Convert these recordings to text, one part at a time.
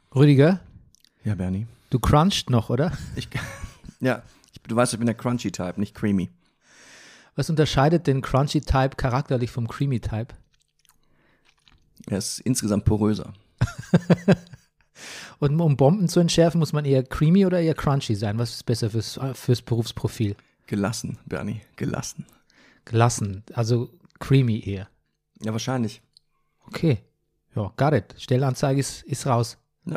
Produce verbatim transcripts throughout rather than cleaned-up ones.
Rüdiger? Ja, Bernie. Du crunchst noch, oder? Ich, ja, ich, du weißt, ich bin der Crunchy-Type, nicht Creamy. Was unterscheidet den Crunchy-Type charakterlich vom Creamy-Type? Er ist insgesamt poröser. Und um Bomben zu entschärfen, muss man eher creamy oder eher crunchy sein? Was ist besser fürs, fürs Berufsprofil? Gelassen, Bernie, gelassen. Gelassen, also creamy eher. Ja, wahrscheinlich. Okay, ja, got it. Stellenanzeige ist, ist raus. Ja.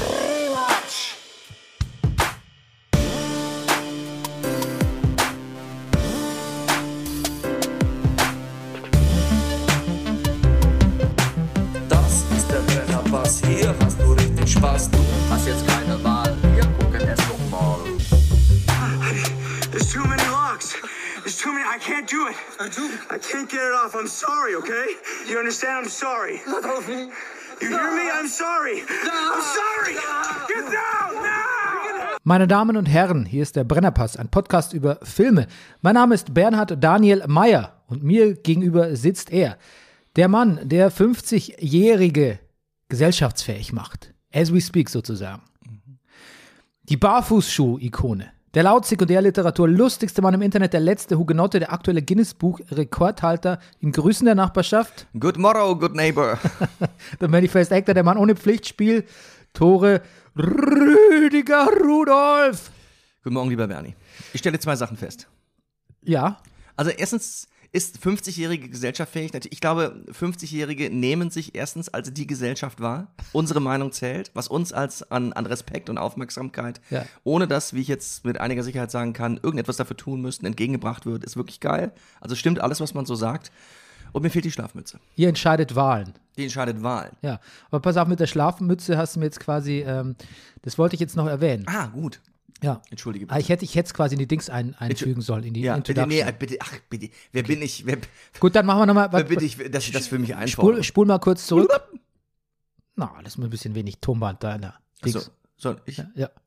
Das ist der Brennerpass, hier hast du richtig Spaß. Du hast jetzt keine Wahl, wir gucken es doch mal. There's too many locks. There's too many. I can't do it. I do. I can't get it off. I'm sorry, okay? You understand? I'm sorry. You hear me? I'm sorry. I'm sorry. Get down now. Meine Damen und Herren, hier ist der Brennerpass, ein Podcast über Filme. Mein Name ist Bernhard Daniel Meyer und mir gegenüber sitzt er. Der Mann, der fünfzigjährige gesellschaftsfähig macht. As we speak sozusagen. Die Barfußschuh-Ikone. Der laut Sekundärliteratur lustigste Mann im Internet, der letzte Hugenotte, der aktuelle Guinness-Buch-Rekordhalter im Grüßen der Nachbarschaft. Good morrow, good neighbor. Der Manifest Actor, der Mann ohne Pflichtspiel, Tore Rüdiger Rudolph. Guten Morgen, lieber Bernie. Ich stelle zwei Sachen fest. Ja. Also erstens ist fünfzigjährige Gesellschaft fähig. Ich glaube, fünfzigjährige nehmen sich erstens als die Gesellschaft wahr. Unsere Meinung zählt, was uns als an, an Respekt und Aufmerksamkeit, Ja. ohne dass, wie ich jetzt mit einiger Sicherheit sagen kann, irgendetwas dafür tun müssten, entgegengebracht wird, ist wirklich geil. Also stimmt alles, was man so sagt. Und mir fehlt die Schlafmütze. Ihr entscheidet Wahlen. Die entscheidet Wahlen. Ja. Aber pass auf, mit der Schlafmütze hast du mir jetzt quasi, ähm, das wollte ich jetzt noch erwähnen. Ah, gut. Ja. Entschuldige Ah, bitte. Ich hätte ich hätte es quasi in die Dings ein, einfügen sollen, in die Ja, bitte, Introduction. nee, bitte, ach, bitte. Wer bin ich? Wer, Gut, dann machen wir nochmal. wer bin ich, dass ich das für mich Spul, einfordere? spul mal kurz zurück. Na, das ist mir ein bisschen wenig Tonband da in der So, Dings. so, ich. Ja. ja.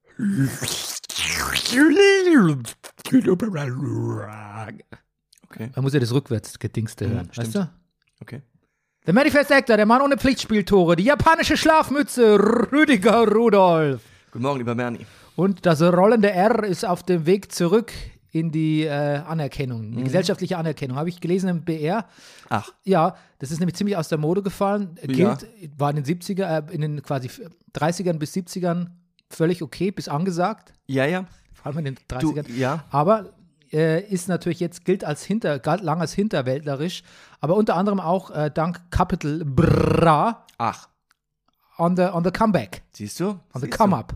Okay, Man muss ja das rückwärts gedingste hören, Mhm, weißt stimmt. du? okay. Der Manifest Actor, der Mann ohne Pflichtspieltore, die japanische Schlafmütze, Rüdiger Rudolph. Guten Morgen, lieber Bernie. Und das rollende R ist auf dem Weg zurück in die äh, Anerkennung, die gesellschaftliche Anerkennung. Habe ich gelesen im B R. Ach. Ja, das ist nämlich ziemlich aus der Mode gefallen. Gilt, Ja. war in den siebziger, äh, in den quasi dreißigern bis siebzigern völlig okay, bis angesagt. Ja, ja. Vor allem in den Du, dreißigern. ja. Aber äh, ist natürlich jetzt, gilt als hinter, galt lang als hinterwäldlerisch, aber unter anderem auch äh, dank Capital Bra Ach, on the, on the comeback, siehst du? on the Siehst come du? up.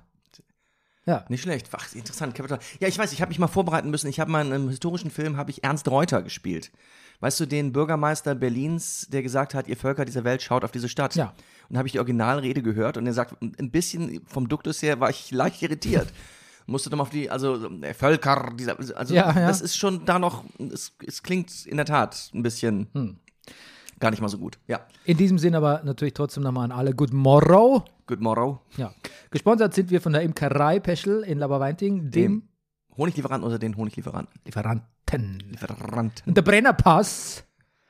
Ja. Nicht schlecht. Ach, interessant. Capital. Ja, ich weiß, ich habe mich mal vorbereiten müssen. Ich habe mal in einem historischen Film, habe ich Ernst Reuter gespielt. Weißt du, den Bürgermeister Berlins, der gesagt hat, ihr Völker dieser Welt, schaut auf diese Stadt. Ja. Und habe ich die Originalrede gehört und er sagt, ein bisschen vom Duktus her war ich leicht irritiert. Musste dann auf die, also der Völker, dieser, also Ja, ja. das ist schon da noch, es, es klingt in der Tat ein bisschen Hm. gar nicht mal so gut. Ja. In diesem Sinn aber natürlich trotzdem nochmal an alle Good Morrow. Good morrow. Ja. Gesponsert sind wir von der Imkerei Peschel in Laberweinting, dem Dem Honiglieferanten oder den Honiglieferanten? Lieferanten. Lieferanten. Und der Brennerpass.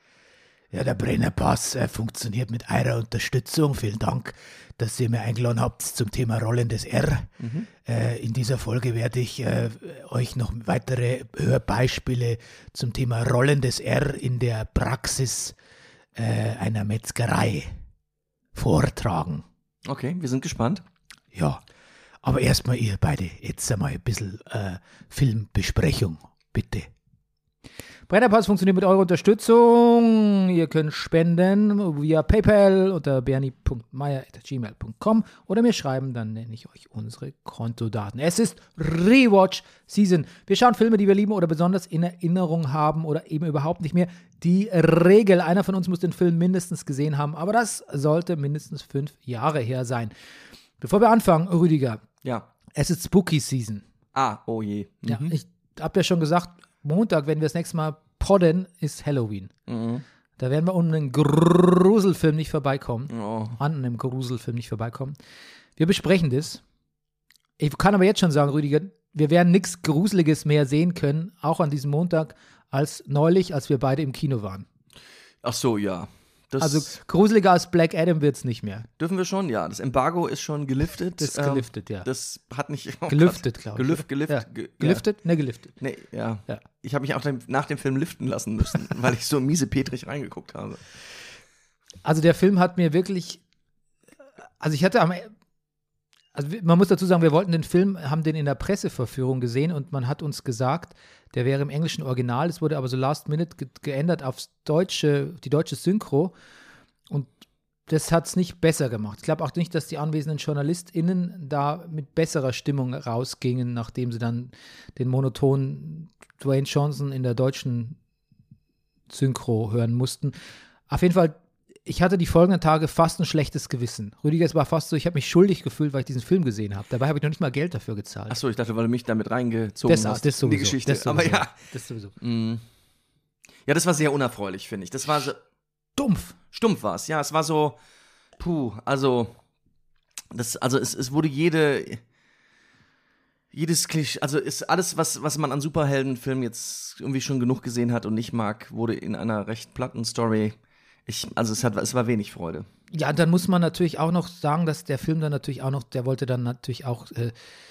Ja, der Brennerpass äh, funktioniert mit eurer Unterstützung. Vielen Dank, dass ihr mir eingeladen habt zum Thema rollendes R. Mhm. Äh, in dieser Folge werde ich äh, euch noch weitere Hörbeispiele zum Thema rollendes R in der Praxis äh, einer Metzgerei vortragen. Okay, wir sind gespannt. Ja, aber erstmal ihr beide, jetzt einmal ein bisschen äh, Filmbesprechung, bitte. Brennerpass funktioniert mit eurer Unterstützung. Ihr könnt spenden via PayPal unter bernie punkt meier at gmail punkt com oder mir schreiben, dann nenne ich euch unsere Kontodaten. Es ist Rewatch Season. Wir schauen Filme, die wir lieben oder besonders in Erinnerung haben oder eben überhaupt nicht mehr. Die Regel, einer von uns muss den Film mindestens gesehen haben, aber das sollte mindestens fünf Jahre her sein. Bevor wir anfangen, Rüdiger, Ja. es ist Spooky Season. Ah, oh je. Ja, ich habe ja schon gesagt, Montag, wenn wir das nächste Mal podden, ist Halloween. Mhm. Da werden wir um einen Gruselfilm nicht vorbeikommen. Oh. An einem Gruselfilm nicht vorbeikommen. Wir besprechen das. Ich kann aber jetzt schon sagen, Rüdiger, wir werden nichts Gruseliges mehr sehen können, auch an diesem Montag, als neulich, als wir beide im Kino waren. Ach so, ja. Das Also gruseliger als Black Adam wird es nicht mehr. dürfen wir schon, ja. Das Embargo ist schon geliftet. Das ist Ähm, geliftet, ja. Das hat nicht... Oh Gelüftet, Gott. glaube ich. Gelüft, gelift, Ja. ge, Geliftet? Ne, geliftet. Ja. Nee, ja. Ja. Ich habe mich auch dann nach dem Film liften lassen müssen, weil ich so miese Petrich reingeguckt habe. Also der Film hat mir wirklich, also ich hatte am, also man muss dazu sagen, wir wollten den Film, haben den in der Presseverführung gesehen und man hat uns gesagt, der wäre im englischen Original, es wurde aber so last minute ge geändert aufs deutsche, die deutsche Synchro und das hat es nicht besser gemacht. Ich glaube auch nicht, dass die anwesenden JournalistInnen da mit besserer Stimmung rausgingen, nachdem sie dann den monotonen Dwayne Johnson in der deutschen Synchro hören mussten. Auf jeden Fall, ich hatte die folgenden Tage fast ein schlechtes Gewissen. Rüdiger, es war fast so, ich habe mich schuldig gefühlt, weil ich diesen Film gesehen habe. Dabei habe ich noch nicht mal Geld dafür gezahlt. Achso, ich dachte, weil du mich damit reingezogen das, hast das in die sowieso, Geschichte. das sowieso, Aber ja, das sowieso. mh. ja, das war sehr unerfreulich, finde ich. Das war so, Dumpf. stumpf war es. Ja, es war so, puh, also, das, also es, es wurde jede, jedes Klischee, also ist alles, was, was man an Superheldenfilmen jetzt irgendwie schon genug gesehen hat und nicht mag, wurde in einer recht platten Story. Ich, also es hat, es war wenig Freude. Ja, dann muss man natürlich auch noch sagen, dass der Film dann natürlich auch noch, der wollte dann natürlich auch äh,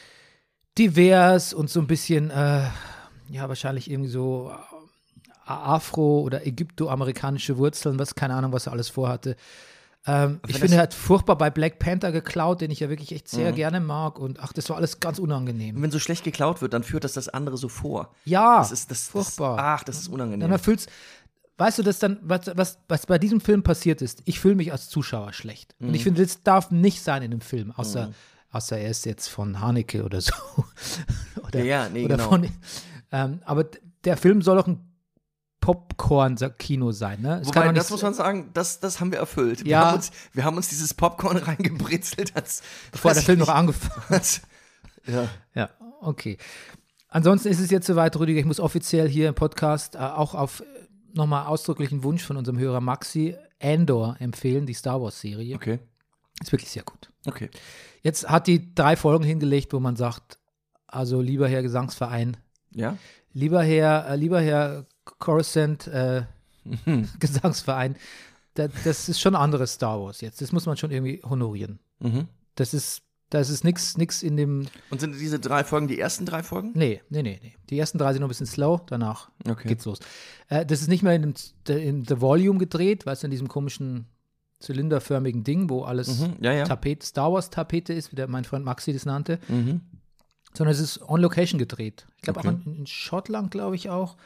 divers und so ein bisschen, äh, ja, wahrscheinlich irgendwie so Afro- oder ägyptoamerikanische Wurzeln, was, keine Ahnung, was er alles vorhatte. Ähm, ich finde, er hat furchtbar bei Black Panther geklaut, den ich ja wirklich echt sehr Mhm. gerne mag und ach, das war alles ganz unangenehm. Und wenn so schlecht geklaut wird, dann führt das das andere so vor. Ja, Das ist, das, furchtbar. Das, ach, das ist Dann unangenehm. erfüllt's, weißt du, das dann, was, was, was bei diesem Film passiert ist, ich fühle mich als Zuschauer schlecht. Und ich finde, das darf nicht sein in dem Film, außer, Mhm. außer er ist jetzt von Haneke oder so. oder, Ja, ja, nee, oder genau. von, ähm, aber d- der Film soll doch ein Popcorn-Kino sein, ne? Es kann Wobei, doch nicht das muss man sagen, das, das haben wir erfüllt. Wir, Ja. haben uns, wir haben uns dieses Popcorn reingebritzelt, als, bevor der weiß Film ich noch angefangen hat. nicht. Ja. Ja, okay. Ansonsten ist es jetzt soweit, Rüdiger, ich muss offiziell hier im Podcast äh, auch auf äh, nochmal ausdrücklichen Wunsch von unserem Hörer Maxi Andor empfehlen, die Star Wars-Serie. Okay, Ist wirklich sehr gut. okay. Jetzt hat die drei Folgen hingelegt, wo man sagt, also lieber Herr Gesangsverein, Ja? lieber Herr, äh, lieber Herr Coruscant äh, Gesangsverein, da, das ist schon ein anderes Star Wars jetzt. Das muss man schon irgendwie honorieren. Mhm. Das ist, das ist nix, nix in dem, Und sind diese drei Folgen die ersten drei Folgen? nee, nee, nee, nee. Die ersten drei sind noch ein bisschen slow, danach Okay. geht's los. Äh, das ist nicht mehr in, dem, in The Volume gedreht, weißt du, in diesem komischen zylinderförmigen Ding, wo alles Mhm. Ja, ja. Tapete, Star Wars Tapete ist, wie der, mein Freund Maxi das nannte, Mhm. sondern es ist on Location gedreht. Ich glaube Okay. auch in, in Schottland, glaube ich auch.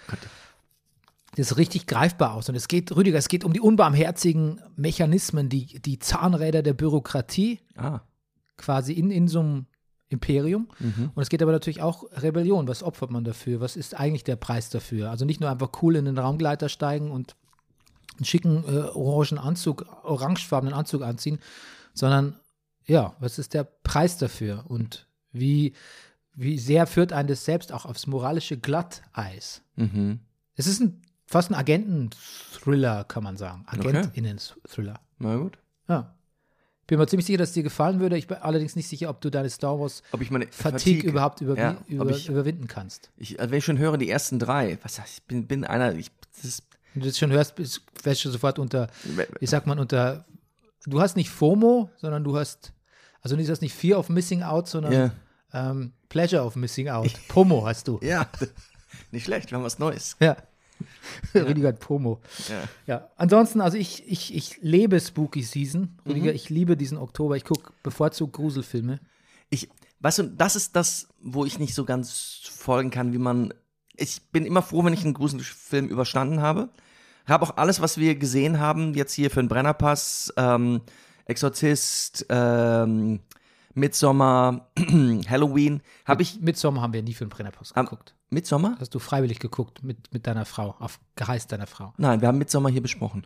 Das sieht richtig greifbar aus. Und es geht, Rüdiger, es geht um die unbarmherzigen Mechanismen, die, die Zahnräder der Bürokratie, Ah. quasi in, in so einem Imperium. Mhm. Und es geht aber natürlich auch Rebellion. Was opfert man dafür? Was ist eigentlich der Preis dafür? Also nicht nur einfach cool in den Raumgleiter steigen und einen schicken äh, orangen Anzug, orangefarbenen Anzug anziehen, sondern ja, was ist der Preis dafür? Und wie, wie sehr führt einen das selbst auch aufs moralische Glatteis? Mhm. Es ist ein, fast ein Agenten-Thriller, kann man sagen. Agentinnen-Thriller. Na gut. Ja. Bin mir ziemlich sicher, dass es dir gefallen würde. Ich bin allerdings nicht sicher, ob du deine Star Wars Ob ich meine Fatigue, überhaupt über, ja, über, ob ich, überwinden kannst. ich, also wenn ich schon höre, die ersten drei, was heißt, ich bin, bin einer, ich, das ist, Wenn du das schon hörst, bist- wärst du sofort unter, wie sagt man, unter, du hast nicht FOMO, sondern du hast, also du hast nicht Fear of Missing Out, sondern ja, ähm, Pleasure of Missing Out. POMO hast du. ja, nicht schlecht, wir haben was Neues. Ja. Rüdiger hat POMO. Ja. Ja, ansonsten, also ich, ich, ich lebe Spooky Season. Rüdiger, Mhm. ich liebe diesen Oktober. Ich gucke bevorzugt Gruselfilme. Ich, weißt du, das ist das, wo ich nicht so ganz folgen kann, wie man, ich bin immer froh, wenn ich einen Gruselfilm überstanden habe. Habe auch alles, was wir gesehen haben, jetzt hier für den Brennerpass, ähm, Exorzist, ähm, Midsommar, Halloween, habe ich, Midsommar haben wir nie für den Brennerpass Am- geguckt. Midsommar? Hast du freiwillig geguckt mit, mit deiner Frau, auf Geheiß deiner Frau. Nein, wir haben Midsommar hier besprochen.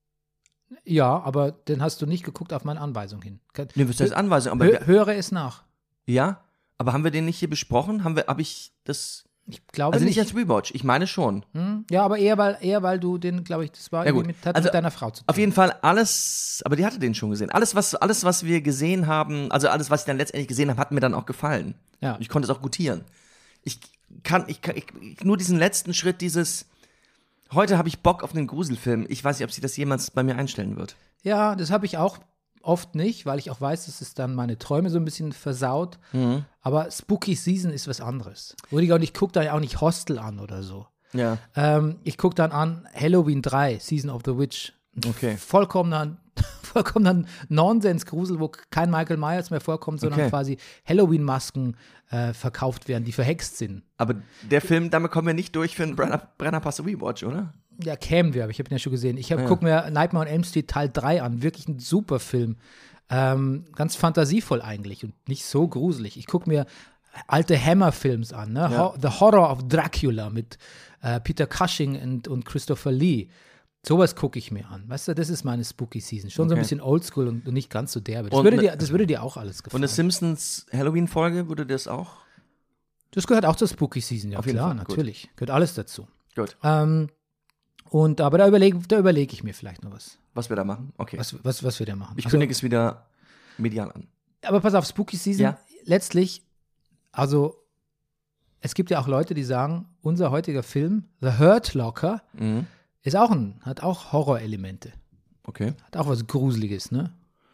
Ja, aber den hast du nicht geguckt auf meine Anweisung hin. Ne, was heißt Anweisung, aber Hö wir, höre es nach. ja, aber haben wir den nicht hier besprochen? Haben wir, habe ich das, Ich glaube also nicht nicht. als Rewatch, ich meine schon. Hm? Ja, aber eher weil, eher, weil du den, glaube ich, das war Ja, irgendwie gut. mit, hat Also, mit deiner Frau zu tun. Auf jeden Fall alles, aber die hatte den schon gesehen. Alles, was, alles, was wir gesehen haben, also alles, was ich dann letztendlich gesehen habe, hat mir dann auch gefallen. Ja. Ich konnte es auch gutieren. Ich kann, ich kann, ich, nur diesen letzten Schritt, dieses, Heute habe ich Bock auf einen Gruselfilm. Ich weiß nicht, ob sie das jemals bei mir einstellen wird. Ja, das habe ich auch oft nicht, weil ich auch weiß, dass es dann meine Träume so ein bisschen versaut. Mhm. Aber Spooky Season ist was anderes. Rüdiger und ich gucke da ja auch nicht Hostel an oder so. Ja. Ähm, ich gucke dann an Halloween drei, Season of the Witch. Okay. Vollkommener, vollkommener Nonsens-Grusel, wo kein Michael Myers mehr vorkommt, sondern Okay. quasi Halloween-Masken äh, verkauft werden, die verhext sind. Aber der Film, damit kommen wir nicht durch für einen Brenner, Brennerpass Rewatch, oder? Ja, kämen wir, aber ich habe ihn ja schon gesehen. Ich Ja. gucke mir Nightmare on Elm Street Teil drei an. Wirklich ein super Film. Ähm, ganz fantasievoll eigentlich und nicht so gruselig. Ich gucke mir alte Hammer-Films an. Ne? Ja. Ho- The Horror of Dracula mit äh, Peter Cushing und, und Christopher Lee. Sowas gucke ich mir an. Weißt du, das ist meine Spooky Season. Schon so ein Okay. bisschen oldschool und, und nicht ganz so derbe. Das Und würde, ne- dir, das würde dir auch alles Und gefallen. eine Simpsons Halloween-Folge, würde das auch? Das gehört auch zur Spooky Season, ja Auf jeden klar, Fall, gut. natürlich. Gehört alles dazu. Gut. Ähm, und aber da überlege da überleg ich mir vielleicht noch was. Was wir da machen? Okay. Was, was, was wir da machen. Ich Also- kündige es wieder medial an. Aber pass auf, Spooky Season, Ja. letztlich, also es gibt ja auch Leute, die sagen, unser heutiger Film, The Hurt Locker, Mhm. ist auch ein, hat auch Horrorelemente. Okay. Hat auch was Gruseliges, ne?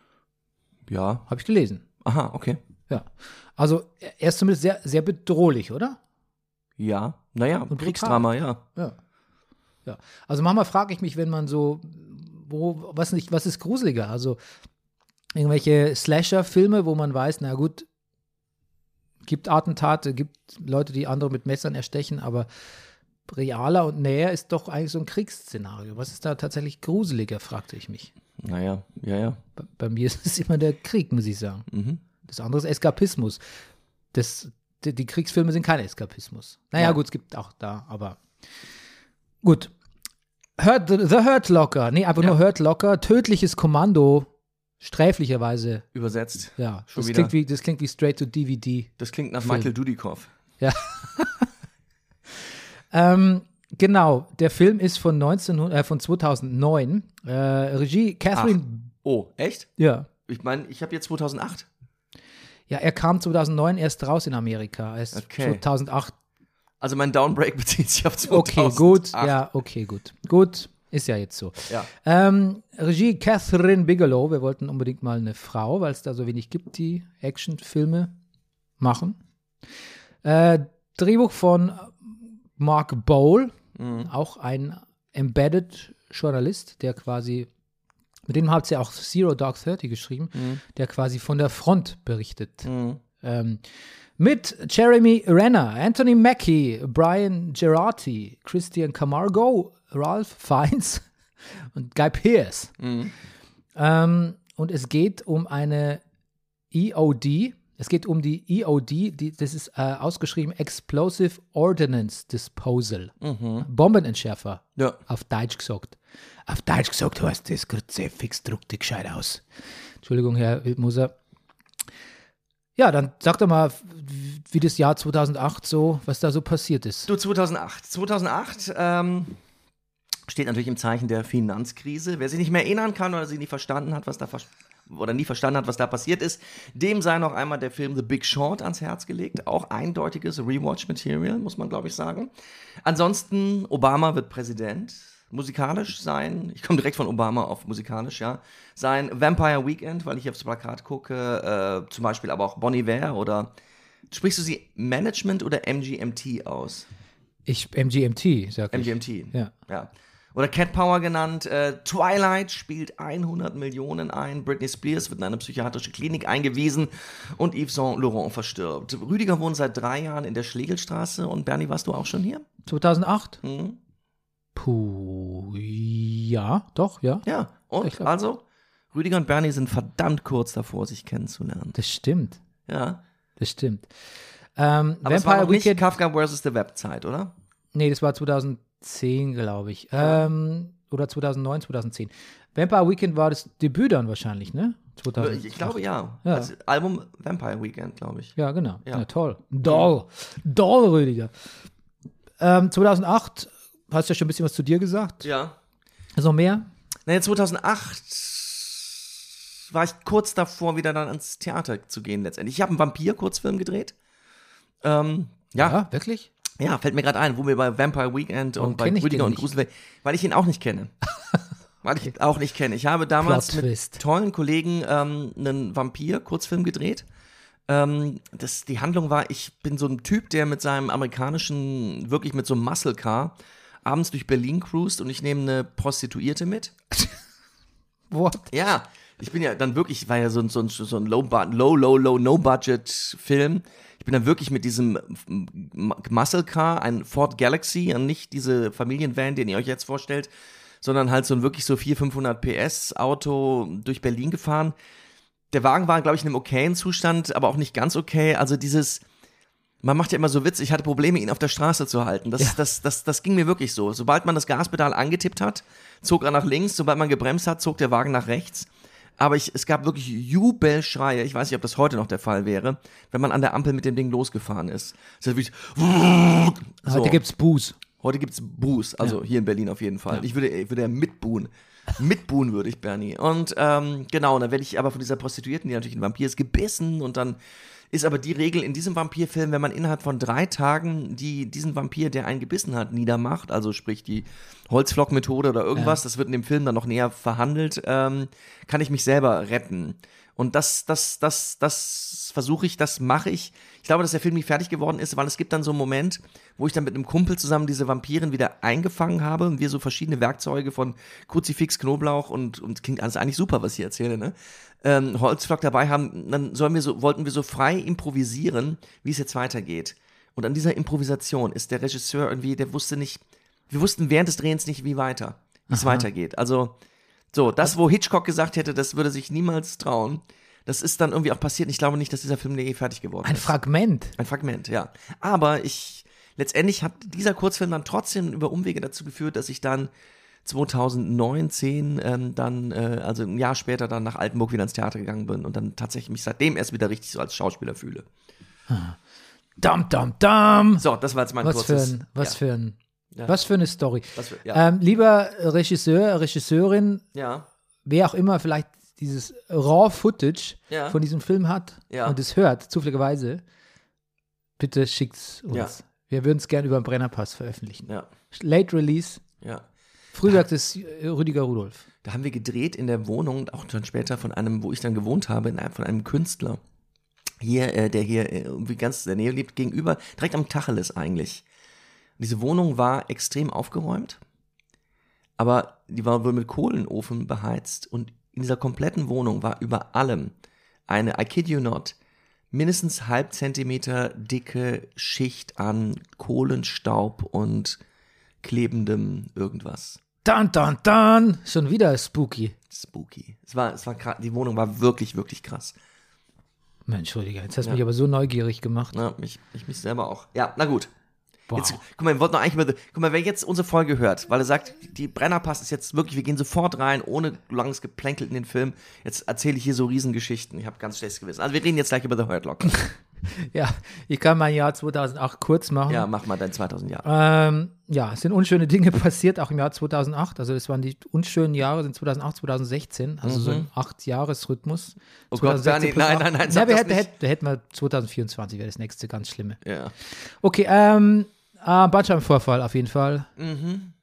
Ja. Habe ich gelesen. Aha, okay. Ja. Also er ist zumindest sehr, sehr bedrohlich, oder? Ja. Naja, brutal. Kriegsdrama, ja. Ja. Ja. Also manchmal frage ich mich, wenn man so, wo, was nicht, was ist gruseliger? Also irgendwelche Slasher-Filme, wo man weiß, na gut, gibt Attentate, gibt Leute, die andere mit Messern erstechen, aber realer und näher ist doch eigentlich so ein Kriegsszenario. Was ist da tatsächlich gruseliger, fragte ich mich. Naja, ja, ja. Bei, bei mir ist es immer der Krieg, muss ich sagen. Mhm. Das andere ist Eskapismus. Das, die, die Kriegsfilme sind kein Eskapismus. Naja, Ja. gut, es gibt auch da, aber gut. Hurt, The Hurt Locker, nee, einfach Ja. nur Hurt Locker, tödliches Kommando, sträflicherweise, Übersetzt. ja, Schon das wieder. klingt, wie, das klingt wie straight to D V D. Das klingt nach Film. Michael Dudikoff. Ähm, genau, der Film ist von, neunzehnhundert, äh, von zweitausendneun. Äh, Regie Catherine, Oh, echt? ja. Ich meine, ich habe jetzt zweitausendacht. Ja, er kam zweitausendneun erst raus in Amerika. Er ist Okay. zweitausendacht. Also mein Downbreak bezieht sich auf Okay, zweitausendacht. gut. Ja, okay, gut. Gut, ist ja jetzt so. Ja. Ähm, Regie Catherine Bigelow. Wir wollten unbedingt mal eine Frau, weil es da so wenig gibt, die Actionfilme machen. Äh, Drehbuch von Mark Bowl, Mhm. auch ein Embedded-Journalist, der quasi, mit dem hat sie auch Zero Dark Thirty geschrieben, Mhm. der quasi von der Front berichtet. Mhm. Ähm, mit Jeremy Renner, Anthony Mackie, Brian Gerati, Christian Camargo, Ralph Fiennes und Guy Pearce. Mhm. Ähm, und es geht um eine E O D. Es geht um die E O D, die, das ist äh, ausgeschrieben Explosive Ordnance Disposal. Mhm. Bombenentschärfer, Ja. auf Deutsch gesagt. Auf Deutsch gesagt heißt das Kruzifix, druck dich gescheit aus. Entschuldigung, Herr Wildmoser. Ja, dann sag doch mal, wie- wie das Jahr zweitausendacht so, was da so passiert ist. Du, zweitausendacht. zweitausendacht ähm, steht natürlich im Zeichen der Finanzkrise. Wer sich nicht mehr erinnern kann oder sie nie verstanden hat, was da vers- oder nie verstanden hat, was da passiert ist, dem sei noch einmal der Film The Big Short ans Herz gelegt. Auch eindeutiges Rewatch-Material, muss man, glaube ich, sagen. Ansonsten, Obama wird Präsident. Musikalisch sein, ich komme direkt von Obama auf musikalisch, ja, sein Vampire Weekend, weil ich aufs Plakat gucke, äh, zum Beispiel aber auch Bon Iver oder, sprichst du sie Management oder M G M T aus? Ich, M G M T, sag ich. M G M T. Ja. Ja. Oder Cat Power genannt. Äh, Twilight spielt hundert Millionen ein. Britney Spears wird in eine psychiatrische Klinik eingewiesen und Yves Saint Laurent verstirbt. Rüdiger wohnt seit drei Jahren in der Schlegelstraße und Bernie, warst du auch schon hier? zweitausendacht? Mhm. Puh, ja, doch, ja. Ja. Und Ich glaub- also, Rüdiger und Bernie sind verdammt kurz davor, sich kennenzulernen. Das stimmt, Ja. das stimmt. Ähm, Aber es war Vampire noch nicht Weekend, Kafka versus the Web-Zeit, oder? nee, das war zweitausendzehn, glaube ich. Ähm, oder zweitausendneun, zweitausendzehn. Vampire Weekend war das Debüt dann wahrscheinlich, ne? zweitausend. Ich glaube, ja. Ja. Das Album Vampire Weekend, glaube ich. Ja, genau. Ja. Ja, toll. Doll. Doll, Rüdiger. Ähm, zweitausendacht, hast du ja schon ein bisschen was zu dir gesagt. Ja. Ist noch mehr? Naja, zweitausendacht war ich kurz davor, wieder dann ans Theater zu gehen letztendlich. Ich habe einen Vampir-Kurzfilm gedreht. Ähm, ja, Ja, wirklich? Ja, fällt mir gerade ein, wo wir bei Vampire Weekend Warum und bei kenn ich Rüdiger den und Grusel, weil ich ihn auch nicht kenne. Weil ich ihn auch nicht kenne. Ich habe damals Plot mit Twist. tollen Kollegen ähm, einen Vampir-Kurzfilm gedreht. Ähm, das, die Handlung war, ich bin so ein Typ, der mit seinem amerikanischen, wirklich mit so einem Muscle Car abends durch Berlin cruist und ich nehme eine Prostituierte mit. What? Ja, ich bin ja dann wirklich, war ja so ein, so ein, so ein low, low, low, low, No-Budget-Film. Ich bin dann wirklich mit diesem Muscle Car, ein Ford Galaxy, und nicht diese Familienvan, den ihr euch jetzt vorstellt, sondern halt so ein wirklich so vierhundert, fünfhundert P S Auto durch Berlin gefahren. Der Wagen war, glaube ich, in einem okayen Zustand, aber auch nicht ganz okay. Also dieses, man macht ja immer so Witz, ich hatte Probleme, ihn auf der Straße zu halten. Das, Ja. das, das, das ging mir wirklich so. Sobald man das Gaspedal angetippt hat, zog er nach links. Sobald man gebremst hat, zog der Wagen nach rechts. Aber ich, es gab wirklich Jubelschreie. Ich weiß nicht, ob das heute noch der Fall wäre, wenn man an der Ampel mit dem Ding losgefahren ist. Es ist wirklich so. Heute gibt's Buß. Heute gibt's Buß, also Ja. hier in Berlin auf jeden Fall. Ja. Ich würde, ich würde ja mitbuhen. Mitbuhen würde ich, Bernie. Und ähm, genau, und dann werde ich aber von dieser Prostituierten, die natürlich ein Vampir ist, gebissen. Und dann ist aber die Regel in diesem Vampirfilm, wenn man innerhalb von drei Tagen die, diesen Vampir, der einen gebissen hat, niedermacht, also sprich die Holzflockmethode oder irgendwas, Ja. das wird in dem Film dann noch näher verhandelt, ähm, kann ich mich selber retten. Und das, das, das, das versuche ich, das mache ich. Ich glaube, dass der Film nie fertig geworden ist, weil es gibt dann so einen Moment, wo ich dann mit einem Kumpel zusammen diese Vampiren wieder eingefangen habe und wir so verschiedene Werkzeuge von Kruzifix, Knoblauch und, und klingt alles eigentlich super, was ich erzähle, ne? Ähm, Holzflock dabei haben, dann sollen wir so, wollten wir so frei improvisieren, wie es jetzt weitergeht. Und an dieser Improvisation ist der Regisseur irgendwie, der wusste nicht, wir wussten während des Drehens nicht, wie weiter, wie es weitergeht. Also, so, das, wo Hitchcock gesagt hätte, das würde sich niemals trauen, das ist dann irgendwie auch passiert. Ich glaube nicht, dass dieser Film je fertig geworden Ein ist. Fragment. Ein Fragment, ja. Aber ich, letztendlich hat dieser Kurzfilm dann trotzdem über Umwege dazu geführt, dass ich dann zweitausendneun, zehn, ähm, dann, äh, also ein Jahr später dann nach Altenburg wieder ins Theater gegangen bin und dann tatsächlich mich seitdem erst wieder richtig so als Schauspieler fühle. Dam, dam, dam. So, das war jetzt mein Was für kurzes. ein, was ja. für ein, Ja. was für eine Story. Was für- ja. Ähm, lieber Regisseur, Regisseurin, Ja, wer auch immer vielleicht dieses Raw-Footage Ja. von diesem Film hat Ja. und es hört, zufälligerweise, bitte schickt's uns. Ja. Wir würden es gerne über den Brennerpass veröffentlichen. ja, Late Release, ja. Frühwerk des äh, Rüdiger Rudolph. Da haben wir gedreht in der Wohnung, auch dann später von einem, wo ich dann gewohnt habe, in einem, von einem Künstler. Hier, äh, der hier äh, irgendwie ganz in der Nähe lebt, gegenüber, direkt am Tacheles eigentlich. Diese Wohnung war extrem aufgeräumt, aber die war wohl mit Kohlenofen beheizt und in dieser kompletten Wohnung war über allem eine, I kid you not, mindestens halb Zentimeter dicke Schicht an Kohlenstaub und klebendem irgendwas. Dann, dann, dann. Schon wieder spooky. Spooky. Es war, es war krass, die Wohnung war wirklich, wirklich krass. Mensch, Rüdiger, jetzt hast du Ja. mich aber so neugierig gemacht. Ja, mich, ich mich selber auch. Ja, na gut. Wow. Jetzt, guck mal, wir wollten noch eigentlich über, the- guck mal, wer jetzt unsere Folge hört, weil er sagt, die Brennerpass ist jetzt wirklich, wir gehen sofort rein, ohne langes Geplänkel in den Film. Jetzt erzähle ich hier so Riesengeschichten. Ich habe ganz schlechtes Gewissen. Also wir reden jetzt gleich über The Hurt Locker. Ja, ich kann mein Jahr zweitausendacht kurz machen. Ja, mach mal dein zweitausend Jahre. Ähm, ja, es sind unschöne Dinge passiert, auch im Jahr zweitausendacht. Also das waren die unschönen Jahre, sind zweitausendacht, zweitausendsechzehn, also so ein Acht-Jahres-Rhythmus. Mhm. Oh Gott, Bernie, nein, nein, nein, Ja, sag wir das hätten, nicht. hätten, hätten wir zweitausendvierundzwanzig wäre das nächste ganz Schlimme. Ja. Okay, ähm, äh, Bandscheibenvorfall auf jeden Fall. Mhm.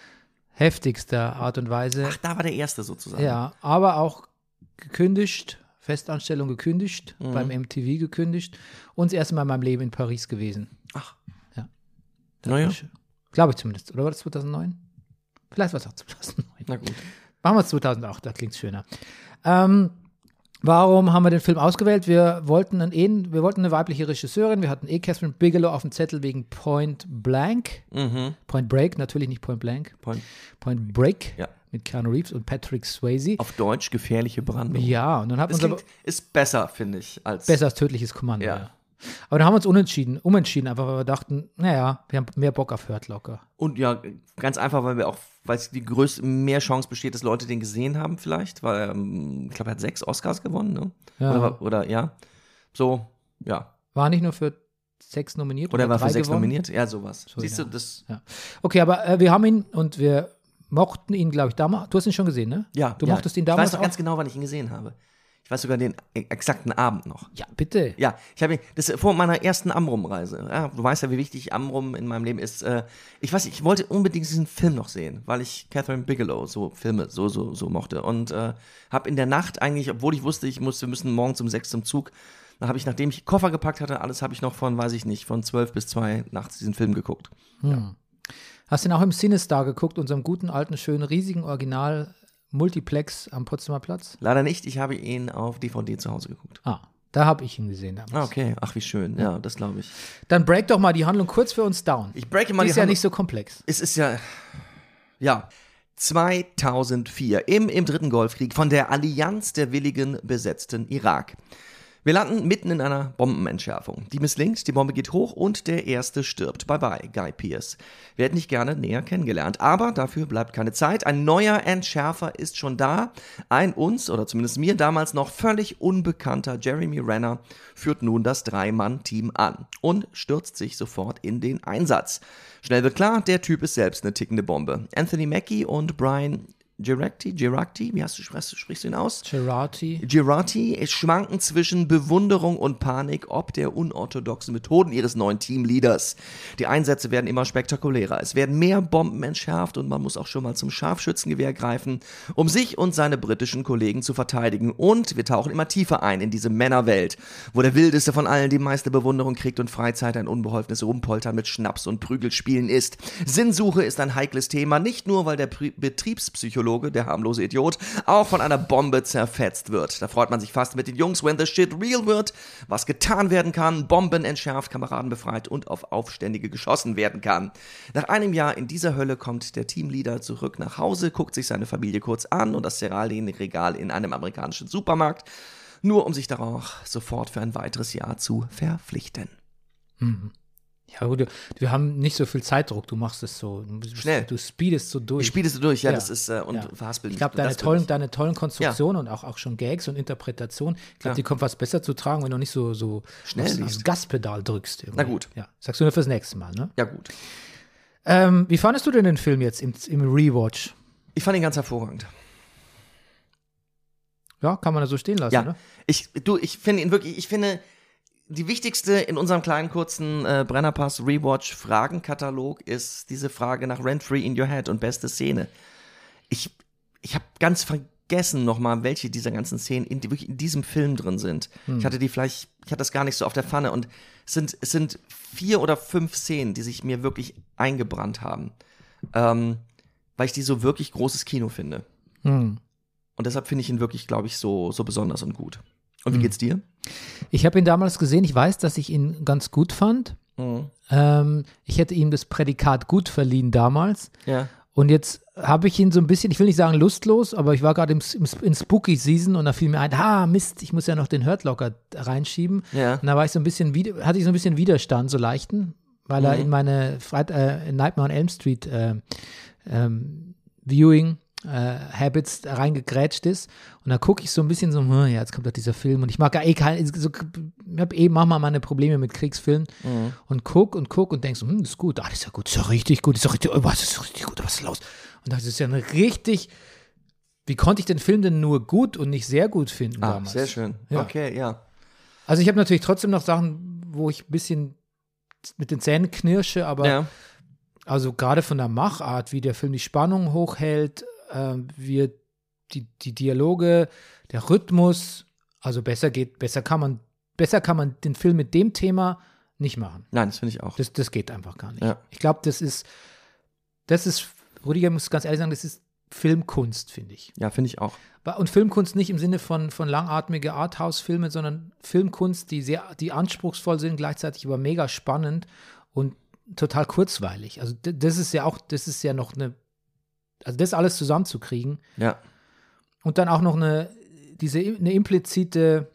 Heftigster Art und Weise. Ach, da war der erste sozusagen. Ja, aber auch gekündigt, Festanstellung gekündigt, Mhm. beim M T V gekündigt und das erste Mal in meinem Leben in Paris gewesen. Ach. Ja. Naja, Glaube ich zumindest. Oder war das zweitausendneun? Vielleicht war es auch zweitausendneun. na gut. Machen wir es zweitausendacht, da klingt es schöner. Ähm, warum haben wir den Film ausgewählt? Wir wollten, einen, Ehen- wir wollten eine weibliche Regisseurin. Wir hatten eh Catherine Bigelow auf dem Zettel wegen Point Blank. Mhm. Point Break, natürlich nicht Point Blank. Point. Point Break Ja. mit Keanu Reeves und Patrick Swayze. Auf Deutsch gefährliche Brandung. Ja, und dann hat Das uns aber klingt, ist besser, finde ich, als. besser als tödliches Kommando. Ja. Ja. Aber dann haben wir uns unentschieden, umentschieden, einfach weil wir dachten, naja, wir haben mehr Bock auf Hurt Locker. Und ja, ganz einfach, weil wir auch, weil es die größte, mehr Chance besteht, dass Leute den gesehen haben, vielleicht, weil ähm, ich glaube, er hat sechs Oscars gewonnen, ne? Ja. Oder, oder ja. So, ja. War nicht nur für sechs nominiert. Oder er war drei für sechs gewonnen? nominiert. Ja, sowas. So, Siehst ja. du, das. Ja. Okay, aber äh, wir haben ihn und wir mochten ihn, glaube ich, damals. Du hast ihn schon gesehen, ne? Ja. Du ja. mochtest ihn damals Ich weiß noch auch? ganz genau, wann ich ihn gesehen habe. Ich weiß sogar den exakten Abend noch. Ja, bitte. Ja, ich habe das vor meiner ersten Amrum-Reise. Ja, du weißt ja, wie wichtig Amrum in meinem Leben ist. Äh, ich weiß, ich wollte unbedingt diesen Film noch sehen, weil ich Catherine Bigelow so Filme so so so mochte und äh, habe in der Nacht eigentlich, obwohl ich wusste, ich musste, wir müssen morgens um sechs zum Zug, dann habe ich, nachdem ich Koffer gepackt hatte, alles habe ich noch von, weiß ich nicht, von zwölf bis zwei nachts diesen Film geguckt. Hm. Ja. Hast du ihn auch im Cinestar geguckt, unserem guten, alten, schönen, riesigen Original Multiplex am Potsdamer Platz? Leider nicht, ich habe ihn auf D V D zu Hause geguckt. Ah, da habe ich ihn gesehen damals. Ah, okay, ach wie schön, ja, das glaube ich. Dann break doch mal die Handlung kurz für uns down. Ich breake mal die die ist ja Handlung. nicht so komplex. Es ist ja, ja, zweitausendvier im, im dritten Golfkrieg von der Allianz der Willigen besetzten Irak. Wir landen mitten in einer Bombenentschärfung. Die misslingt, die Bombe geht hoch und der Erste stirbt. Bye bye, Guy Pearce. Wir hätten nicht gerne näher kennengelernt, aber dafür bleibt keine Zeit. Ein neuer Entschärfer ist schon da. Ein uns, oder zumindest mir damals noch völlig unbekannter Jeremy Renner führt nun das Drei-Mann-Team an und stürzt sich sofort in den Einsatz. Schnell wird klar, der Typ ist selbst eine tickende Bombe. Anthony Mackie und Brian Girardi, Girardi, wie hast du, sprichst du ihn aus? Girardi. Girardi schwanken zwischen Bewunderung und Panik ob der unorthodoxen Methoden ihres neuen Teamleaders. Die Einsätze werden immer spektakulärer. Es werden mehr Bomben entschärft und man muss auch schon mal zum Scharfschützengewehr greifen, um sich und seine britischen Kollegen zu verteidigen. Und wir tauchen immer tiefer ein in diese Männerwelt, wo der Wildeste von allen die meiste Bewunderung kriegt und Freizeit ein unbeholfenes Rumpoltern mit Schnaps und Prügelspielen ist. Sinnsuche ist ein heikles Thema, nicht nur, weil der Pri- Betriebspsychologe, der harmlose Idiot, auch von einer Bombe zerfetzt wird. Da freut man sich fast mit den Jungs, when the shit real wird, was getan werden kann, Bomben entschärft, Kameraden befreit und auf Aufständige geschossen werden kann. Nach einem Jahr in dieser Hölle kommt der Teamleader zurück nach Hause, guckt sich seine Familie kurz an und das Cerealienregal in einem amerikanischen Supermarkt, nur um sich darauf sofort für ein weiteres Jahr zu verpflichten. Mhm. Ja, gut, wir haben nicht so viel Zeitdruck, du machst es so. Du, Schnell. Du speedest so durch. Ich spiele es durch, ja, Ja. das ist, äh, und Ja. verhaspel Ich nicht. glaube, Und deine das tollen, wirklich. deine tollen Konstruktionen und auch, auch schon Gags und Interpretation, ich glaube, Ja. die kommt was besser zu tragen, wenn du nicht so, so Schnell aufs, liest. aufs Gaspedal drückst. Irgendwie. Na gut. Ja. Sagst du nur fürs nächste Mal, ne? Ja, gut. Ähm, wie fandest du denn den Film jetzt im, im Rewatch? Ich fand ihn ganz hervorragend. Ja, kann man da so stehen lassen, Ja, ne? ich, du, ich finde ihn wirklich, ich finde, die wichtigste in unserem kleinen, kurzen äh, Brennerpass Rewatch-Fragenkatalog ist diese Frage nach Rent-Free in Your Head und beste Szene. Ich, ich habe ganz vergessen nochmal, welche dieser ganzen Szenen in, die, wirklich in diesem Film drin sind. Hm. Ich hatte die vielleicht, ich hatte das gar nicht so auf der Pfanne und es sind, es sind vier oder fünf Szenen, die sich mir wirklich eingebrannt haben. Ähm, weil ich die so wirklich großes Kino finde. Hm. Und deshalb finde ich ihn wirklich, glaube ich, so, so besonders und gut. Und wie geht's dir? Ich habe ihn damals gesehen, ich weiß, dass ich ihn ganz gut fand. Mhm. Ähm, ich hätte ihm das Prädikat gut verliehen damals. Ja. Und jetzt habe ich ihn so ein bisschen, ich will nicht sagen lustlos, aber ich war gerade im, im, in Spooky Season und da fiel mir ein, ah Mist, ich muss ja noch den Hurt Locker reinschieben. Ja. Und da war ich so ein bisschen, wieder- hatte ich so ein bisschen Widerstand, so leichten, weil er Mhm. in meine Freit äh, Nightmare on Elm Street äh, ähm, Viewing äh, Habits reingegrätscht ist. Und da gucke ich so ein bisschen so, hm, ja, jetzt kommt doch dieser Film. Und ich mag ja eh kein, so, ich habe eh manchmal meine Probleme mit Kriegsfilmen. Mhm. Und guck und guck und denk so, hm, das ist gut, ah, das ist ja gut, das ist ja richtig gut, das ist ja richtig, oh, was ist richtig gut, was ist los? Und das ist ja eine richtig, wie konnte ich den Film denn nur gut und nicht sehr gut finden Ah, damals? sehr schön. Ja. Okay, ja. Also ich habe natürlich trotzdem noch Sachen, wo ich ein bisschen mit den Zähnen knirsche, aber Ja. also gerade von der Machart, wie der Film die Spannung hochhält, äh, wie er die, die Dialoge, der Rhythmus, also besser geht, besser kann man, besser kann man den Film mit dem Thema nicht machen. Nein, das finde ich auch. Das, das geht einfach gar nicht. Ja. Ich glaube, das ist, das ist, Rüdiger muss ganz ehrlich sagen, das ist Filmkunst, finde ich. Ja, finde ich auch. Und Filmkunst nicht im Sinne von, von langatmige Arthouse-Filme, sondern Filmkunst, die sehr, die anspruchsvoll sind, gleichzeitig aber mega spannend und total kurzweilig. Also d- das ist ja auch, das ist ja noch eine, also das alles zusammenzukriegen Ja. und dann auch noch eine, diese eine implizite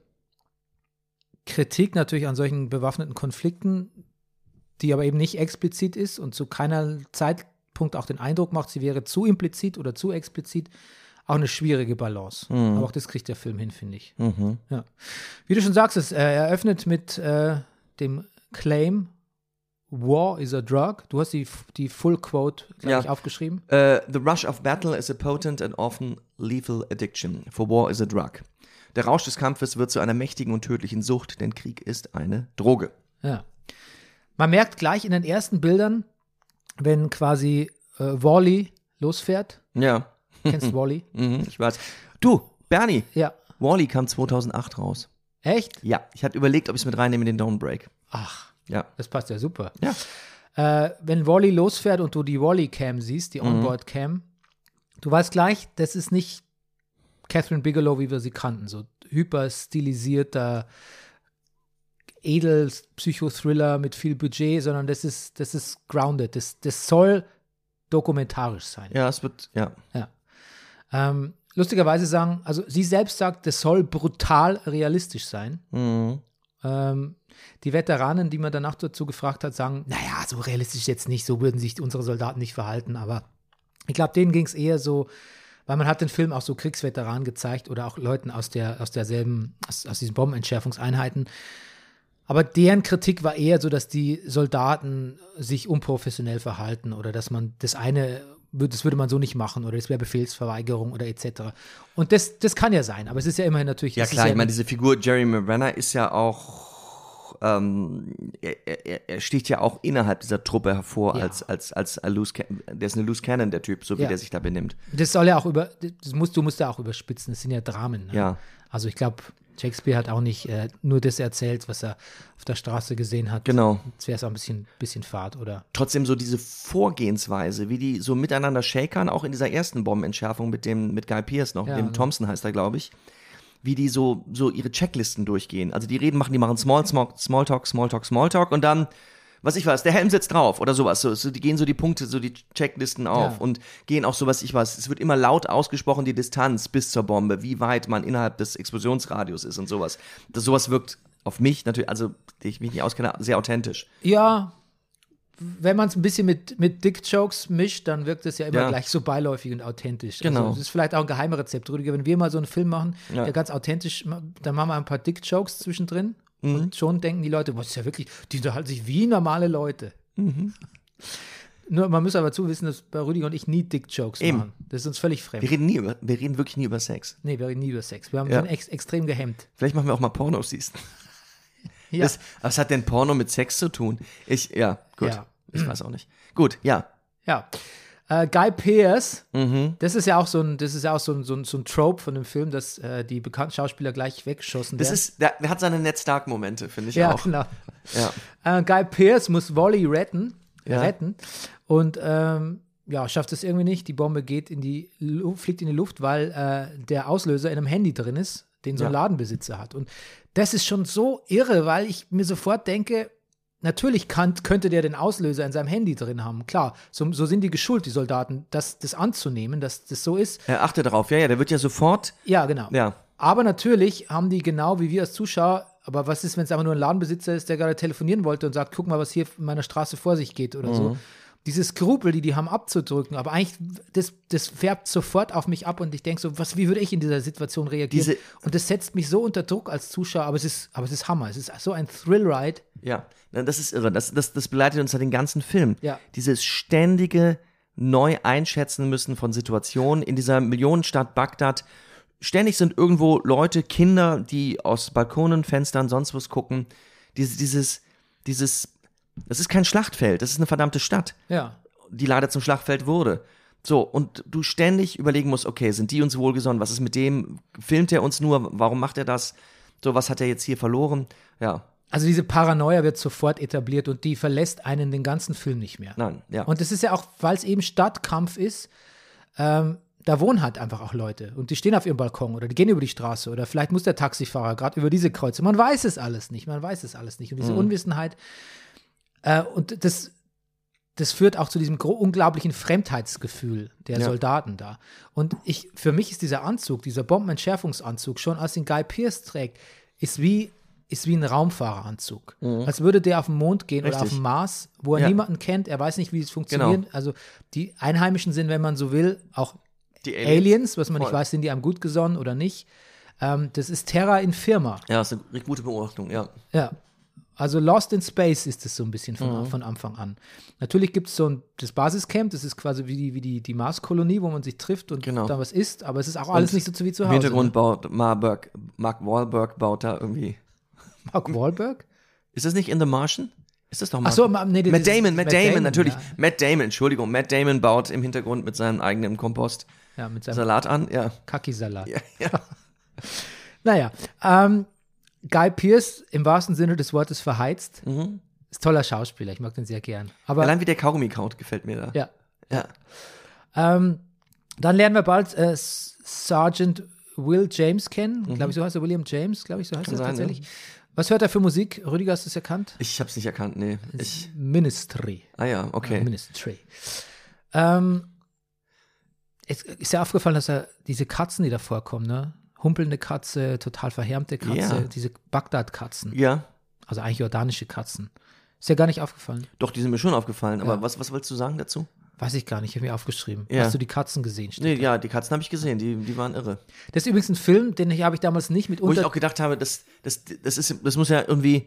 Kritik natürlich an solchen bewaffneten Konflikten, die aber eben nicht explizit ist und zu keiner Zeitpunkt auch den Eindruck macht, sie wäre zu implizit oder zu explizit, auch eine schwierige Balance. Mhm. Aber auch das kriegt der Film hin, finde ich. Mhm. Ja. Wie du schon sagst, es äh, eröffnet mit äh, dem Claim War is a drug. Du hast die, die Full Quote, glaube Ja. ich, aufgeschrieben. Uh, the rush of battle is a potent and often lethal addiction, for war is a drug. Der Rausch des Kampfes wird zu einer mächtigen und tödlichen Sucht, denn Krieg ist eine Droge. Ja. Man merkt gleich in den ersten Bildern, wenn quasi äh, Wall-E losfährt. Ja. Kennst du Wall-E? Mhm, ich weiß. Du, Bernie, Ja. Wall-E kam zweitausendacht raus. Echt? Ja, ich hatte überlegt, ob ich es mit reinnehme in den Don't Break. Ach, Ja. das passt ja super. Ja. Äh, wenn Wall-E losfährt und du die Wall-E-Cam siehst, die Onboard-Cam, du weißt gleich, das ist nicht Catherine Bigelow, wie wir sie kannten, so hyper stilisierter Edel-Psychothriller mit viel Budget, sondern das ist, das ist grounded. Das, das soll dokumentarisch sein. Ja, es wird, ja. Ja. Ähm, lustigerweise sagen, also sie selbst sagt, das soll brutal realistisch sein. Mhm. Ähm, die Veteranen, die man danach dazu gefragt hat, sagen, naja, so realistisch jetzt nicht, so würden sich unsere Soldaten nicht verhalten, aber ich glaube, denen ging es eher so, weil man hat den Film auch so Kriegsveteranen gezeigt oder auch Leuten aus der, aus derselben, aus, aus diesen Bombenentschärfungseinheiten. Aber deren Kritik war eher so, dass die Soldaten sich unprofessionell verhalten oder dass man das eine, das würde man so nicht machen oder das wäre Befehlsverweigerung oder et cetera. Und das, das kann ja sein, aber es ist ja immerhin natürlich. Ja es ist klar, ich meine, diese Figur Jeremy Renner ist ja auch, ähm, er, er, er sticht ja auch innerhalb dieser Truppe hervor Ja. als, als, als ein Loose, Ca- der ist eine Loose Cannon, der Typ, so wie Ja. der sich da benimmt. Das soll ja auch über, das musst, du musst ja auch überspitzen, das sind ja Dramen. Ne? Ja. Also ich glaube, Shakespeare hat auch nicht äh, nur das erzählt, was er auf der Straße gesehen hat. Genau. Jetzt wäre es auch ein bisschen, bisschen fad, oder? Trotzdem so diese Vorgehensweise, wie die so miteinander shakern, auch in dieser ersten Bombenentschärfung mit dem, mit Guy Pearce noch, Ja, dem ne. Thompson heißt er, glaube ich, wie die so, so ihre Checklisten durchgehen. Also die reden, machen, die machen Small, Small, Smalltalk, Smalltalk, Smalltalk und dann, was ich weiß, der Helm sitzt drauf oder sowas. So, so, die gehen so die Punkte, so die Checklisten auf Ja. und gehen auch so, was ich weiß, es wird immer laut ausgesprochen, die Distanz bis zur Bombe, wie weit man innerhalb des Explosionsradius ist und sowas. Das, sowas wirkt auf mich natürlich, also ich mich nicht auskenne, sehr authentisch. Ja, wenn man es ein bisschen mit, mit Dick-Jokes mischt, dann wirkt es ja immer Ja. gleich so beiläufig und authentisch. Genau. Also, das ist vielleicht auch ein Geheimrezept, Rüdiger. Wenn wir mal so einen Film machen, Ja. der ganz authentisch, dann machen wir ein paar Dick-Jokes zwischendrin Mhm. und schon denken die Leute, boah, das ist ja wirklich, die unterhalten sich wie normale Leute. Mhm. Nur, man muss aber zuwissen, dass bei Rüdiger und ich nie Dick-Jokes Eben. machen. Das ist uns völlig fremd. Wir reden nie über, wir reden wirklich nie über Sex. Nee, wir reden nie über Sex. Wir haben Ja. sind ex extrem gehemmt. Vielleicht machen wir auch mal Pornos, siehst du. Ja. Das, was hat denn Porno mit Sex zu tun? Ich, ja, gut. Ja. Ich weiß auch nicht. Gut, ja. Ja. Äh, Guy Pearce, Mhm. das ist ja auch so ein, das ist ja auch so ein, so ein, so ein Trope von dem Film, dass äh, die bekannten Schauspieler gleich weggeschossen Das werden. ist, der, der hat seine Ned Stark-Momente, finde ich ja, auch. genau. Ja. Äh, Guy Pearce muss Wally retten, äh, Ja. retten und ähm, ja, schafft es irgendwie nicht. Die Bombe geht in die Lu- fliegt in die Luft, weil äh, der Auslöser in einem Handy drin ist, den so ein Ja. Ladenbesitzer hat. Und das ist schon so irre, weil ich mir sofort denke, natürlich kann, könnte der den Auslöser in seinem Handy drin haben. Klar, so, so sind die geschult, die Soldaten, das, das anzunehmen, dass das so ist. Er achte darauf, ja, ja, der wird ja sofort, Ja, genau. ja. Aber natürlich haben die genau wie wir als Zuschauer, aber was ist, wenn es einfach nur ein Ladenbesitzer ist, der gerade telefonieren wollte und sagt, guck mal, was hier in meiner Straße vor sich geht oder Mhm. so. Diese Skrupel, die die haben abzudrücken, aber eigentlich, das, das färbt sofort auf mich ab und ich denke so, was, wie würde ich in dieser Situation reagieren? Diese- und das setzt mich so unter Druck als Zuschauer, aber es ist, aber es ist Hammer. Es ist so ein Thrill-Ride. Ja, na, das ist irre. Das, das, das begleitet uns ja den ganzen Film. Ja. Dieses ständige neu einschätzen müssen von Situationen in dieser Millionenstadt Bagdad. Ständig sind irgendwo Leute, Kinder, die aus Balkonen, Fenstern, sonst was gucken. Dieses, dieses, dieses, das ist kein Schlachtfeld, das ist eine verdammte Stadt, Ja. die leider zum Schlachtfeld wurde. So, und du ständig überlegen musst, okay, sind die uns wohlgesonnen? Was ist mit dem? Filmt er uns nur? Warum macht er das? So, was hat er jetzt hier verloren? Ja, Also diese Paranoia wird sofort etabliert und die verlässt einen den ganzen Film nicht mehr. nein, ja. Und das ist ja auch, weil es eben Stadtkampf ist, ähm, da wohnen halt einfach auch Leute und die stehen auf ihrem Balkon oder die gehen über die Straße oder vielleicht muss der Taxifahrer gerade über diese Kreuze. Man weiß es alles nicht, man weiß es alles nicht. Und diese Mhm. Unwissenheit äh, und das, das führt auch zu diesem gro- unglaublichen Fremdheitsgefühl der Ja. Soldaten da. Und ich, für mich ist dieser Anzug, dieser Bombenentschärfungsanzug, schon als den Guy Pearce trägt, ist wie ist wie ein Raumfahreranzug. Als würde der auf den Mond gehen oder Mhm. Richtig. auf den Mars, wo er Ja. niemanden kennt, er weiß nicht, wie es funktioniert. Genau. Also die Einheimischen sind, wenn man so will, auch Die Aliens, was man nicht Voll. weiß, sind die einem gut gesonnen oder nicht. Ähm, das ist Terra Infirma. Ja, das ist eine richtig gute Beobachtung, ja. Ja. Also Lost in Space ist es so ein bisschen von, mhm. von Anfang an. Natürlich gibt es so ein das Basiscamp, das ist quasi wie die, wie die, die Marskolonie, wo man sich trifft und genau. da was isst, aber es ist auch alles und nicht so wie zu Hause. Im Hintergrund ne? baut Marburg, Mark Wahlberg baut da irgendwie. Mark Wahlberg? Ist das nicht in The Martian? Ist das doch mal? Ach so, nee, Matt Damon, Matt, Matt Damon, Damon, natürlich. Ja. Matt Damon, Entschuldigung. Matt Damon baut im Hintergrund mit seinem eigenen Kompost ja, mit seinem Salat an. Ja. Kaki-Salat. Ja, ja. Naja, ähm, Guy Pearce, im wahrsten Sinne des Wortes verheizt, mhm. ist toller Schauspieler, ich mag den sehr gern. Aber, allein wie der Kaugummi kaut, gefällt mir da. Ja. ja. Ähm, dann lernen wir bald äh, Sergeant Will James kennen, mhm. glaube ich, so heißt er, William James, glaube ich, so heißt Kann er sein, tatsächlich. Ja. Was hört er für Musik? Rüdiger, hast du es erkannt? Ich habe es nicht erkannt, nee. Ich. Ministry. Ah ja, okay. Ja, Ministry. Ähm, es ist ja aufgefallen, dass er diese Katzen, die da vorkommen, ne? Humpelnde Katze, total verhärmte Katze, ja. diese Bagdad-Katzen. Ja. Also eigentlich jordanische Katzen. Ist ja gar nicht aufgefallen. Doch, die sind mir schon aufgefallen. Aber ja. was, was wolltest du sagen dazu? Weiß ich gar nicht, ich habe mir aufgeschrieben. Ja. Hast du die Katzen gesehen? Nee, ja, die Katzen habe ich gesehen, die, die waren irre. Das ist übrigens ein Film, den habe ich damals nicht mit Wo unter... ich auch gedacht habe, das, das, das, ist, das muss ja irgendwie...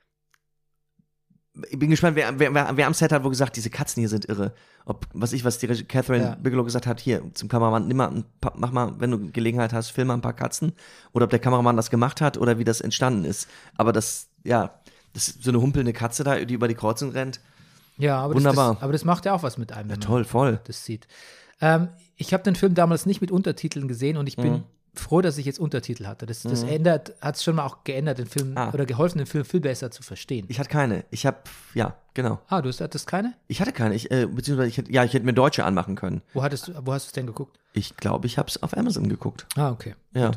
Ich bin gespannt, wer, wer, wer am Set hat wohl gesagt, diese Katzen hier sind irre. Ob, was ich, was die Catherine Ja. Bigelow gesagt hat, hier zum Kameramann, nimm mal ein paar, mach mal, wenn du Gelegenheit hast, film mal ein paar Katzen. Oder ob der Kameramann das gemacht hat oder wie das entstanden ist. Aber das, ja, das ist so eine humpelnde Katze da, die über die Kreuzung rennt. Ja, aber Wunderbar. Das, das, aber das macht ja auch was mit einem, wenn Ja, toll, voll. man das sieht. Ähm, ich habe den Film damals nicht mit Untertiteln gesehen und ich bin Mhm. froh, dass ich jetzt Untertitel hatte. Das, das Mhm. ändert, hat es schon mal auch geändert, den Film, Ah. oder geholfen, den Film viel besser zu verstehen. Ich hatte keine. Ich habe, ja, genau. Ah, du hattest keine? Ich hatte keine. Ich, äh, beziehungsweise, ich hätte, ja, ich hätte mir Deutsche anmachen können. Wo, hattest du, wo hast du es denn geguckt? Ich glaube, ich habe es auf Amazon geguckt. Ah, okay. Ja.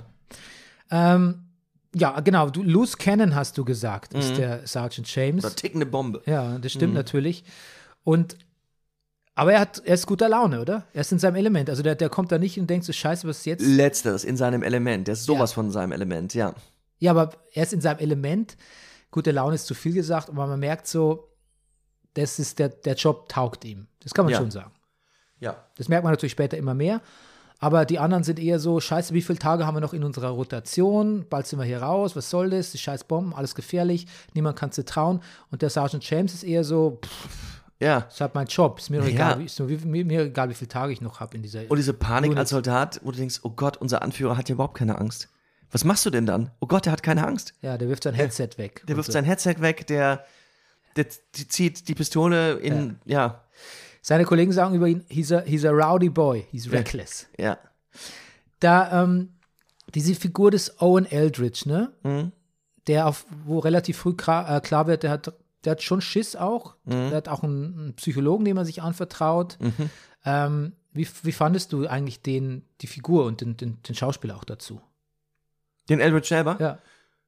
Ähm, ja, genau. Du, Loose Cannon hast du gesagt, ist Mhm. der Sergeant James. Oder tickende Bombe. Ja, das stimmt Mhm. natürlich. Und aber er, hat, er ist guter Laune, oder? Er ist in seinem Element. Also der, der kommt da nicht und denkt so, scheiße, was ist jetzt? Letzteres, in seinem Element. Der ist sowas Ja. von seinem Element, ja. Ja, aber er ist in seinem Element. Gute Laune ist zu viel gesagt, aber man merkt so, das ist der, der Job taugt ihm. Das kann man Ja. schon sagen. Ja. Das merkt man natürlich später immer mehr. Aber die anderen sind eher so, scheiße, wie viele Tage haben wir noch in unserer Rotation? Bald sind wir hier raus, was soll das? Die scheiß Bomben, alles gefährlich, niemand kann sich trauen. Und der Sergeant James ist eher so, pff, Ja. das ist halt mein Job, ist mir, doch Ja. egal, wie, ist mir, mir, mir egal, wie viele Tage ich noch habe in dieser. Und diese Panik Unit. als Soldat, wo du denkst, oh Gott, unser Anführer hat ja überhaupt keine Angst. Was machst du denn dann? Oh Gott, der hat keine Angst. Ja, der wirft sein Headset weg. Der und wirft so. sein Headset weg, der, der, die zieht die Pistole in, ja, Seine Kollegen sagen über ihn, he's a, he's a rowdy boy, he's reckless. ja. Da, ähm, diese Figur des Owen Eldridge, ne? Mhm. Der auf, wo relativ früh klar, äh, klar wird, der hat, der hat schon Schiss auch. Mhm. Der hat auch einen, einen Psychologen, dem er sich anvertraut. Mhm. Ähm, wie, wie fandest du eigentlich den, die Figur und den, den, den Schauspieler auch dazu? Den Eldridge selber? Ja.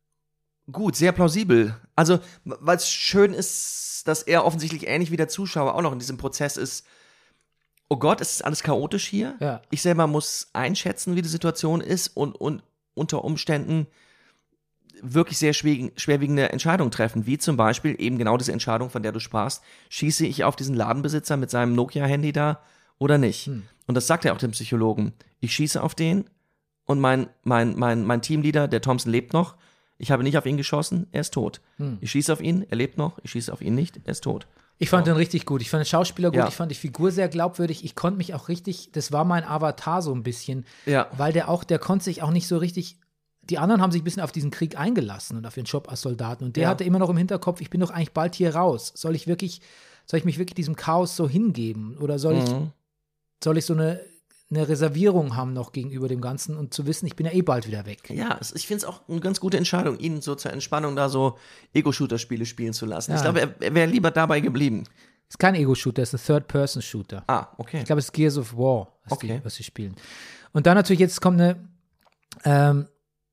Gut, sehr plausibel. Also, weil es schön ist, dass er offensichtlich ähnlich wie der Zuschauer auch noch in diesem Prozess ist. Oh Gott, es ist alles chaotisch hier. Ja. Ich selber muss einschätzen, wie die Situation ist und, und unter Umständen wirklich sehr schwer, schwerwiegende Entscheidungen treffen, wie zum Beispiel eben genau diese Entscheidung, von der du sprachst. Schieße ich auf diesen Ladenbesitzer mit seinem Nokia-Handy da oder nicht? Hm. Und das sagt er auch dem Psychologen. Ich schieße auf den und mein, mein, mein, mein Teamleader, der Thompson, lebt noch. Ich habe nicht auf ihn geschossen, er ist tot. Hm. Ich schieße auf ihn, er lebt noch. Ich schieße auf ihn nicht, er ist tot. Ich fand den richtig gut. Ich fand den Schauspieler gut. Ja. Ich fand die Figur sehr glaubwürdig. Ich konnte mich auch richtig, das war mein Avatar so ein bisschen, Ja. weil der auch, der konnte sich auch nicht so richtig, die anderen haben sich ein bisschen auf diesen Krieg eingelassen und auf den Job als Soldaten. Und der Ja. hatte immer noch im Hinterkopf, ich bin doch eigentlich bald hier raus. Soll ich wirklich, soll ich mich wirklich diesem Chaos so hingeben? Oder soll ich, Mhm. soll ich so eine, eine Reservierung haben noch gegenüber dem Ganzen und zu wissen, ich bin ja eh bald wieder weg. Ja, es- ich finde es auch eine ganz gute Entscheidung, ihn so zur Entspannung da so Ego-Shooter-Spiele spielen zu lassen. Ja. Ich glaube, er, er wäre lieber dabei geblieben. Ist kein Ego-Shooter, ist ein Third-Person-Shooter. Ah, okay. Ich glaube, es ist Gears of War, was, Okay. die, was sie spielen. Und dann natürlich, jetzt kommt eine, ähm,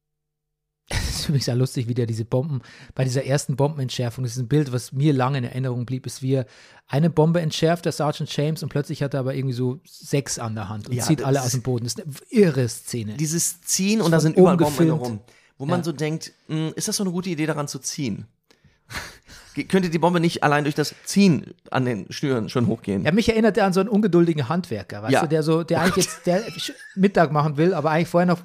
das ist übrigens auch lustig, wie der diese Bomben, bei dieser ersten Bombenentschärfung, das ist ein Bild, was mir lange in Erinnerung blieb, ist, wie er eine Bombe entschärft, der Sergeant James, und plötzlich hat er aber irgendwie so sechs an der Hand und Ja, zieht das alle ist- aus dem Boden. Das ist eine irre Szene. Dieses Ziehen und Von da sind oben überall Bomben gefilmt. rum, wo man Ja. so denkt, mh, ist das so eine gute Idee, daran zu ziehen? Ge- Könnte die Bombe nicht allein durch das Ziehen an den Schnüren schon hochgehen? Ja, mich erinnert er an so einen ungeduldigen Handwerker, weißt Ja. du, der so, der Oh eigentlich Gott. jetzt der Sch- Mittag machen will, aber eigentlich vorher noch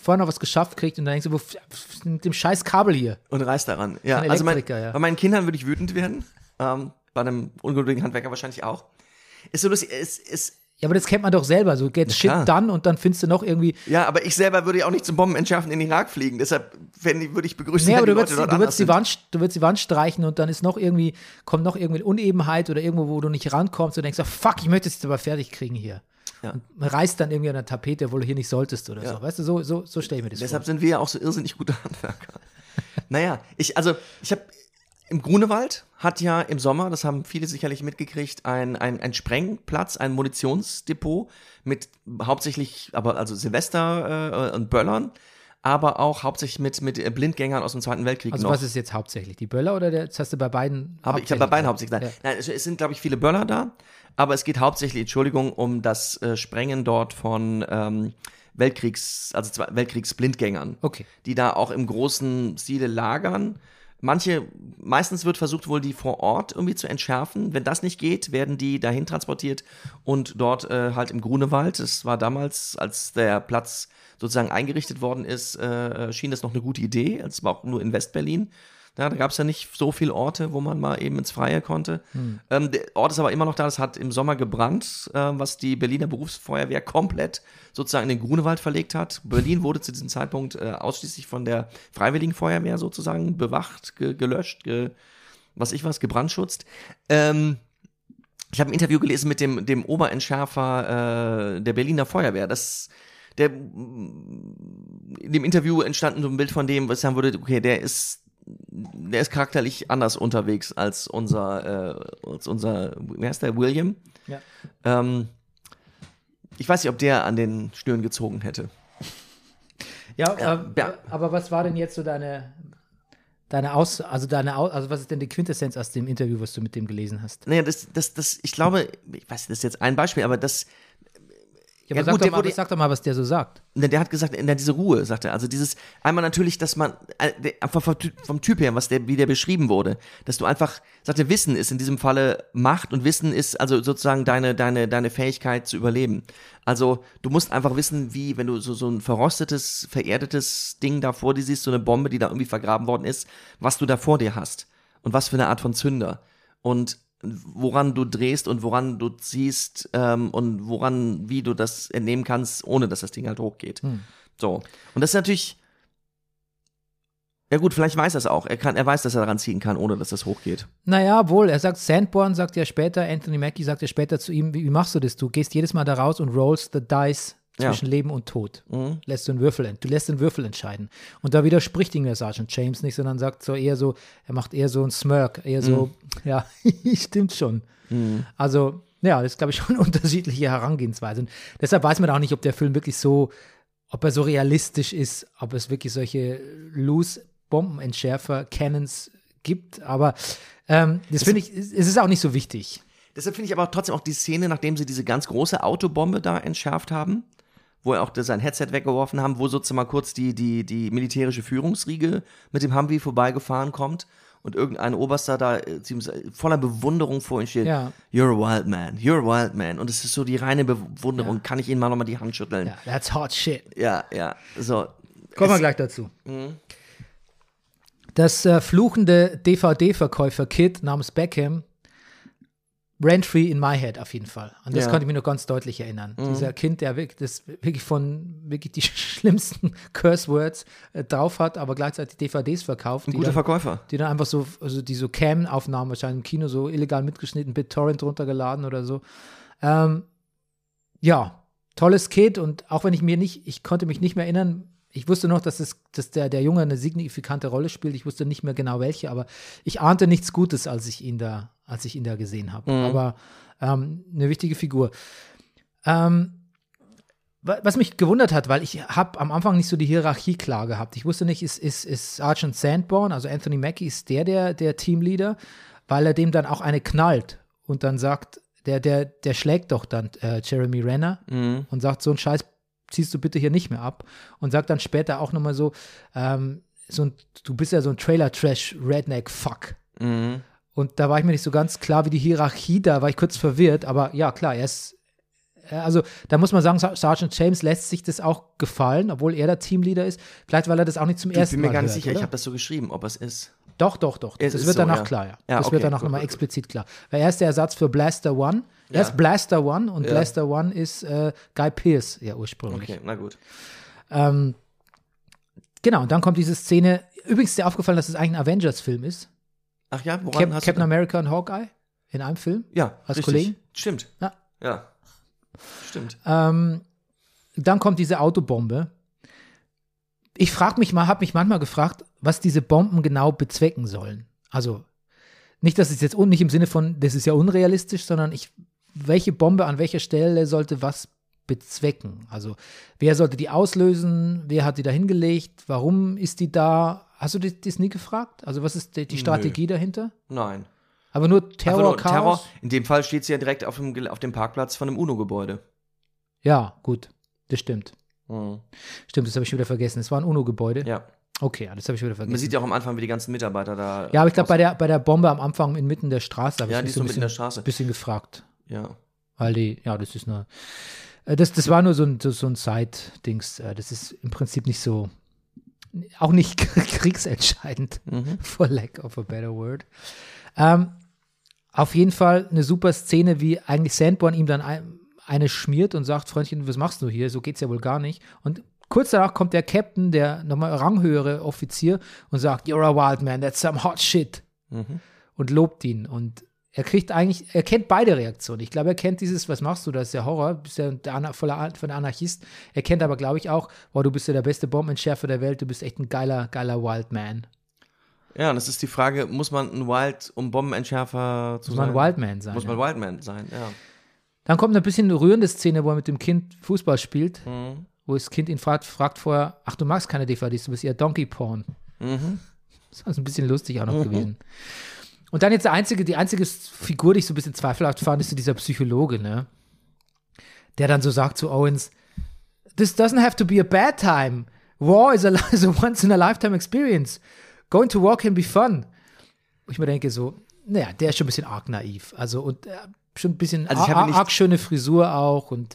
vorher noch was geschafft kriegt und dann denkst du, wo f- f- mit dem scheiß Kabel hier? Und reißt daran. Ja, Ein also mein, Elektriker, ja. bei meinen Kindern würde ich wütend werden. Ähm, bei einem ungeduldigen Handwerker wahrscheinlich auch. Ist so lustig, es ist. Ja, aber das kennt man doch selber, so get shit klar. done und dann findest du noch irgendwie. Ja, aber ich selber würde ja auch nicht zum Bombenentschärfen in den Irak fliegen. Deshalb wenn, würde ich begrüßen, Nee, wenn aber die du Leute würdest, dort du, anders würdest die sind. Wand, du würdest die Wand streichen und dann ist noch irgendwie, kommt noch irgendwie Unebenheit oder irgendwo, wo du nicht rankommst und denkst, oh, fuck, ich möchte es jetzt aber fertig kriegen hier. Ja. Und man reißt dann irgendwie an der Tapete, obwohl du hier nicht solltest oder Ja. so. Weißt du, so, so, so stelle ich mir das Deshalb vor. sind wir ja auch so irrsinnig gute Handwerker. Naja, ich, also, ich habe im Grunewald hat ja im Sommer, das haben viele sicherlich mitgekriegt, ein, ein, ein Sprengplatz, ein Munitionsdepot mit hauptsächlich, aber also Silvester äh, und Böllern, aber auch hauptsächlich mit, mit Blindgängern aus dem Zweiten Weltkrieg Also noch. was ist jetzt hauptsächlich? Die Böller oder der, das hast du bei beiden? Aber ich habe bei beiden hauptsächlich hauptsächlich. Nein, nein es, es sind, glaube ich, viele Böller da, aber es geht hauptsächlich, Entschuldigung, um das äh, Sprengen dort von ähm, Weltkriegs, also zwei, Weltkriegsblindgängern, Okay. die da auch im großen Stile lagern. Manche, meistens wird versucht wohl, die vor Ort irgendwie zu entschärfen. Wenn das nicht geht, werden die dahin transportiert und dort äh, halt im Grunewald, das war damals, als der Platz sozusagen eingerichtet worden ist, äh, schien das noch eine gute Idee. Es war auch nur in Westberlin. Ja, da gab es ja nicht so viele Orte, wo man mal eben ins Freie konnte. Hm. Ähm, der Ort ist aber immer noch da. Das hat im Sommer gebrannt, äh, was die Berliner Berufsfeuerwehr komplett sozusagen in den Grunewald verlegt hat. Berlin wurde zu diesem Zeitpunkt äh, ausschließlich von der Freiwilligen Feuerwehr sozusagen bewacht, ge gelöscht, ge was ich was, gebrandschutzt. Ähm, ich habe ein Interview gelesen mit dem, dem Oberentschärfer äh, der Berliner Feuerwehr. Das der, in dem Interview entstand so ein Bild von dem, was ich sagen würde, okay, der ist der ist charakterlich anders unterwegs als unser, äh, als unser, wie heißt der, William? Ja. Ähm, ich weiß nicht, ob der an den Schnüren gezogen hätte. Ja, Ja, äh, ja. aber was war denn jetzt so deine, deine Aus, also deine Aus, also was ist denn die Quintessenz aus dem Interview, was du mit dem gelesen hast? Naja, das, das, das, ich glaube, ich weiß, das ist jetzt ein Beispiel, aber das, Ja, Ja, aber sag, gut, doch der mal, wurde- sag doch mal, was der so sagt. Ne, der hat gesagt, in der, diese Ruhe, sagt er. Also dieses, einmal natürlich, dass man, äh, der, einfach vom, Ty- vom Typ her, was der, wie der beschrieben wurde, dass du einfach, sagt er, Wissen ist in diesem Falle Macht und Wissen ist also sozusagen deine, deine, deine Fähigkeit zu überleben. Also du musst einfach wissen, wie, wenn du so, so ein verrostetes, vererdetes Ding da vor dir siehst, so eine Bombe, die da irgendwie vergraben worden ist, was du da vor dir hast und was für eine Art von Zünder. Und woran du drehst und woran du ziehst ähm, und woran, wie du das entnehmen kannst, ohne dass das Ding halt hochgeht. Hm. So. Und das ist natürlich, ja gut, vielleicht weiß er es auch. Er kann, er weiß, dass er daran ziehen kann, ohne dass das hochgeht. Naja, wohl, er sagt, Sanborn sagt ja später, Anthony Mackie sagt ja später zu ihm, wie, wie machst du das? Du gehst jedes Mal da raus und rollst the dice Ja. zwischen Leben und Tod. Mhm. Lässt du einen Würfel, ent- du lässt den Würfel entscheiden. Und da widerspricht ihm der Sergeant James nicht, sondern sagt so eher so, er macht eher so einen Smirk, eher so, ja, stimmt schon. Also, ja, das ist, glaube ich, schon eine unterschiedliche Herangehensweise. Und deshalb weiß man auch nicht, ob der Film wirklich so, ob er so realistisch ist, ob es wirklich solche loose Bombenentschärfer, Cannons gibt. Aber ähm, das finde ich, es ist auch nicht so wichtig. Deshalb finde ich aber trotzdem auch die Szene, nachdem sie diese ganz große Autobombe da entschärft haben, wo er auch das- sein Headset weggeworfen haben, wo sozusagen mal kurz die, die, die militärische Führungsriege mit dem Humvee vorbeigefahren kommt und irgendein Oberster da äh, ziemlich voller Bewunderung vor ihm steht. Ja. You're a wild man, you're a wild man. Und es ist so die reine Bewunderung. Ja. Kann ich Ihnen mal nochmal die Hand schütteln? Ja, that's hot shit. Ja, ja. So. Kommen wir Es- gleich dazu. Das äh, fluchende D V D-Verkäufer-Kid namens Beckham, Rent-free in my head auf jeden Fall. Und das Ja. konnte ich mir noch ganz deutlich erinnern. Dieser Kind, der wirklich, das wirklich von wirklich die schlimmsten Curse-Words äh, drauf hat, aber gleichzeitig D V Ds verkauft. Ein die guter dann, Verkäufer. die dann einfach so, also die so Cam-Aufnahmen wahrscheinlich im Kino so illegal mitgeschnitten, BitTorrent runtergeladen oder so. Ähm, ja, tolles Kid und auch wenn ich mir nicht, ich konnte mich nicht mehr erinnern, ich wusste noch, dass, es, dass der, der Junge eine signifikante Rolle spielt. Ich wusste nicht mehr genau welche, aber ich ahnte nichts Gutes, als ich ihn da, als ich ihn da gesehen habe. Aber ähm, eine wichtige Figur. Ähm, wa- was mich gewundert hat, weil ich habe am Anfang nicht so die Hierarchie klar gehabt. Ich wusste nicht, ist, ist, ist Sergeant Sanborn, also Anthony Mackie, ist der, der der Teamleader, weil er dem dann auch eine knallt und dann sagt, der, der, der schlägt doch dann äh, Jeremy Renner und sagt, so ein Scheiß ziehst du bitte hier nicht mehr ab. Und sagt dann später auch nochmal so, ähm, so ein, du bist ja so ein Trailer-Trash-Redneck-Fuck. Mhm. Und da war ich mir nicht so ganz klar, wie die Hierarchie, da war ich kurz verwirrt, aber ja, klar, er ist, also da muss man sagen, Sergeant James lässt sich das auch gefallen, obwohl er der Teamleader ist. Vielleicht, weil er das auch nicht zum Ich ersten bin mir Mal gar nicht hört, sicher, oder? ich habe das so geschrieben, ob es ist. Doch, doch, doch. Es Das ist wird so, danach ja. klar, ja. Ja, das okay, wird danach gut, nochmal gut, explizit klar. Weil er ist der Ersatz für Blaster One. Er Ja. ist Blaster One und Ja. Blaster One ist äh, Guy Pearce, ja, ursprünglich. Okay, na gut. Ähm, genau, und dann kommt diese Szene. Übrigens ist dir aufgefallen, dass es eigentlich ein Avengers-Film ist. Ach ja, woran Cap- hast Captain du America und Hawkeye in einem Film. Ja, als richtig. Kollegen? Stimmt. Ja. Ja. Stimmt. Ähm, dann kommt diese Autobombe. Ich frage mich mal, habe mich manchmal gefragt, was diese Bomben genau bezwecken sollen. Also nicht, dass es jetzt un- nicht im Sinne von, das ist ja unrealistisch, sondern ich, welche Bombe an welcher Stelle sollte was bezwecken? Also wer sollte die auslösen? Wer hat die da hingelegt? Warum ist die da? Hast du das, das nie gefragt? Also was ist die, die Strategie dahinter? Nein. Aber nur Terror, Einfach nur Chaos? Terror. In dem Fall steht sie ja direkt auf dem, Gel- auf dem Parkplatz von einem UNO-Gebäude. Ja, gut. Das stimmt. Mhm. Stimmt, das habe ich schon wieder vergessen. Es war ein UNO-Gebäude. Ja. Okay, ja, das habe ich wieder vergessen. Man sieht ja auch am Anfang, wie die ganzen Mitarbeiter da. Ja, aber ich glaube, aus- bei der, bei der Bombe am Anfang inmitten der Straße habe Ja, ich die mich ist so so ein mitten bisschen, in der Straße. bisschen gefragt. Ja. Weil die, ja, das ist nur, äh, das, das war nur so ein, so, so ein Side-Dings. äh, Das ist im Prinzip nicht so, auch nicht kriegsentscheidend, Mhm. for lack of a better word. Ähm, auf jeden Fall eine super Szene, wie eigentlich Sanborn ihm dann ein, eine schmiert und sagt, Freundchen, was machst du hier? So geht's ja wohl gar nicht. Und kurz danach kommt der Captain, der nochmal ranghöhere Offizier, und sagt, you're a wild man, that's some hot shit. Mhm. Und lobt ihn. Und er kriegt eigentlich, er kennt beide Reaktionen. Ich glaube, er kennt dieses, was machst du, das ist ja Horror, bist ja der Ana- voller von Anarchist. Er kennt aber, glaube ich, auch, boah, du bist ja der beste Bombenentschärfer der Welt, du bist echt ein geiler, geiler Wild Man. Ja, und das ist die Frage, muss man ein Wild, um Bombenentschärfer zu Muss sein? man Wildman sein. Muss ja. man Wildman sein, ja. Dann kommt eine bisschen eine rührende Szene, wo er mit dem Kind Fußball spielt, Mhm. wo das Kind ihn fragt, fragt vorher, ach, du magst keine D V Ds, du bist eher Donkey Porn. Mhm. Das war so ein bisschen lustig auch noch Mhm. gewesen. Und dann jetzt der einzige, die einzige Figur, die ich so ein bisschen zweifelhaft fand, ist so dieser Psychologe, ne? Der dann so sagt zu Owens, this doesn't have to be a bad time. War is a, is a once in a lifetime experience. Going to war can be fun. Wo ich mir denke so, naja, der ist schon ein bisschen arg naiv. Also und äh, schon ein bisschen Also ich habe ar- nicht- arg schöne Frisur auch und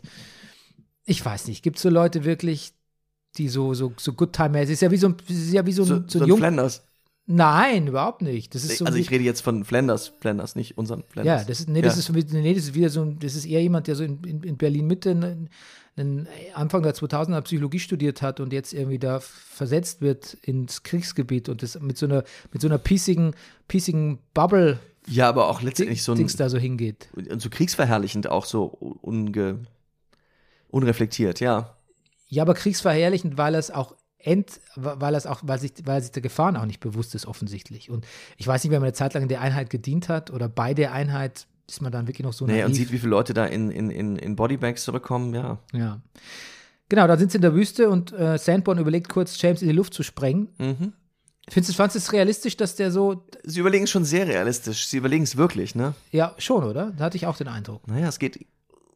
ich weiß nicht, gibt es so Leute wirklich, die so, so, so good time-mäßig, ist ja wie so ein, ist ja wie so ein, So, so so ein ein Jung. Flanders. Nein, überhaupt nicht. Das ist so Also wie- ich rede jetzt von Flanders, Flanders, nicht unseren Flanders. ja, das ist, nee, das Ja. ist, wie- nee, das ist wieder so ein, das ist eher jemand, der so in, in, in Berlin Mitte einen, einen Anfang der zweitausender Psychologie studiert hat und jetzt irgendwie da versetzt wird ins Kriegsgebiet und das mit so einer, mit so einer piecigen, piecigen Bubble Ja, aber auch letztendlich so ein, Dings da so hingeht. und so kriegsverherrlichend auch so unge, unreflektiert, ja. Ja, aber kriegsverherrlichend, weil er es auch ent, weil er es auch, weil sich, weil er sich der Gefahren auch nicht bewusst ist, offensichtlich. Und ich weiß nicht, wenn man eine Zeit lang in der Einheit gedient hat oder bei der Einheit, ist man dann wirklich noch so Nee, naiv. und sieht, wie viele Leute da in, in, in, in Bodybags zurückkommen, ja. Ja. Genau, da sind sie in der Wüste und äh, Sanborn überlegt kurz, James in die Luft zu sprengen. Mhm. Findest du, fandest du es realistisch, dass der so, Sie überlegen es schon sehr realistisch. Sie überlegen es wirklich, ne? ja, schon, oder? Da hatte ich auch den Eindruck. Naja, es geht,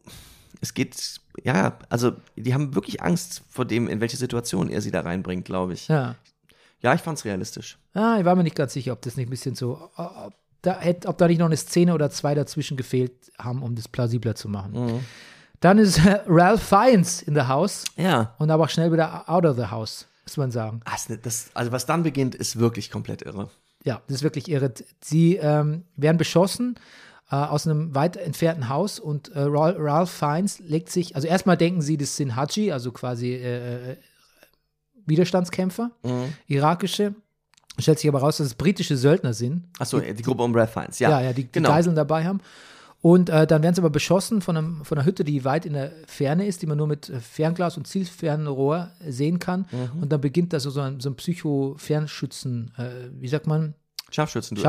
es geht, ja, also die haben wirklich Angst vor dem, in welche Situation er sie da reinbringt, glaube ich. Ja. Ja, ich fand's realistisch. Ah, ich war mir nicht ganz sicher, ob das nicht ein bisschen so, ob da, hätte, ob da nicht noch eine Szene oder zwei dazwischen gefehlt haben, um das plausibler zu machen. Mhm. Dann ist äh, Ralph Fiennes in the house Ja. und aber auch schnell wieder out of the house, muss man sagen. Ah, ist ne- das, also was dann beginnt, ist wirklich komplett irre. Ja, das ist wirklich irre. Sie ähm, werden beschossen äh, aus einem weit entfernten Haus und äh, Ra- Ralph Fiennes legt sich, also erstmal denken sie, das sind Haji, also quasi äh, äh, Widerstandskämpfer, Mhm. irakische. Stellt sich aber raus, dass es britische Söldner sind. Achso, die Gruppe um Ralph Fiennes, ja. Ja, ja, die, die genau. Geiseln dabei haben. Und äh, dann werden sie aber beschossen von, einem, von einer Hütte, die weit in der Ferne ist, die man nur mit äh, Fernglas und Zielfernrohr sehen kann. Mhm. Und dann beginnt da so, so ein, so ein Psycho-Fernschützen, äh, wie sagt man, Scharfschützen.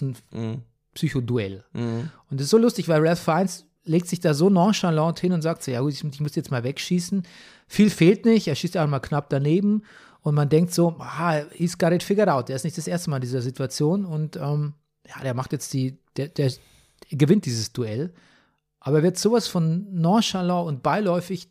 Scharfschützen-Psychoduell. Mhm. Mhm. Und das ist so lustig, weil Ralph Fiennes legt sich da so nonchalant hin und sagt so, ja gut, ich, ich muss jetzt mal wegschießen. Viel fehlt nicht, er schießt einmal knapp daneben und man denkt so, ah, he's got it figured out. Der ist nicht das erste Mal in dieser Situation und ähm, ja, der macht jetzt die, der, der gewinnt dieses Duell, aber er wird sowas von nonchalant und beiläufig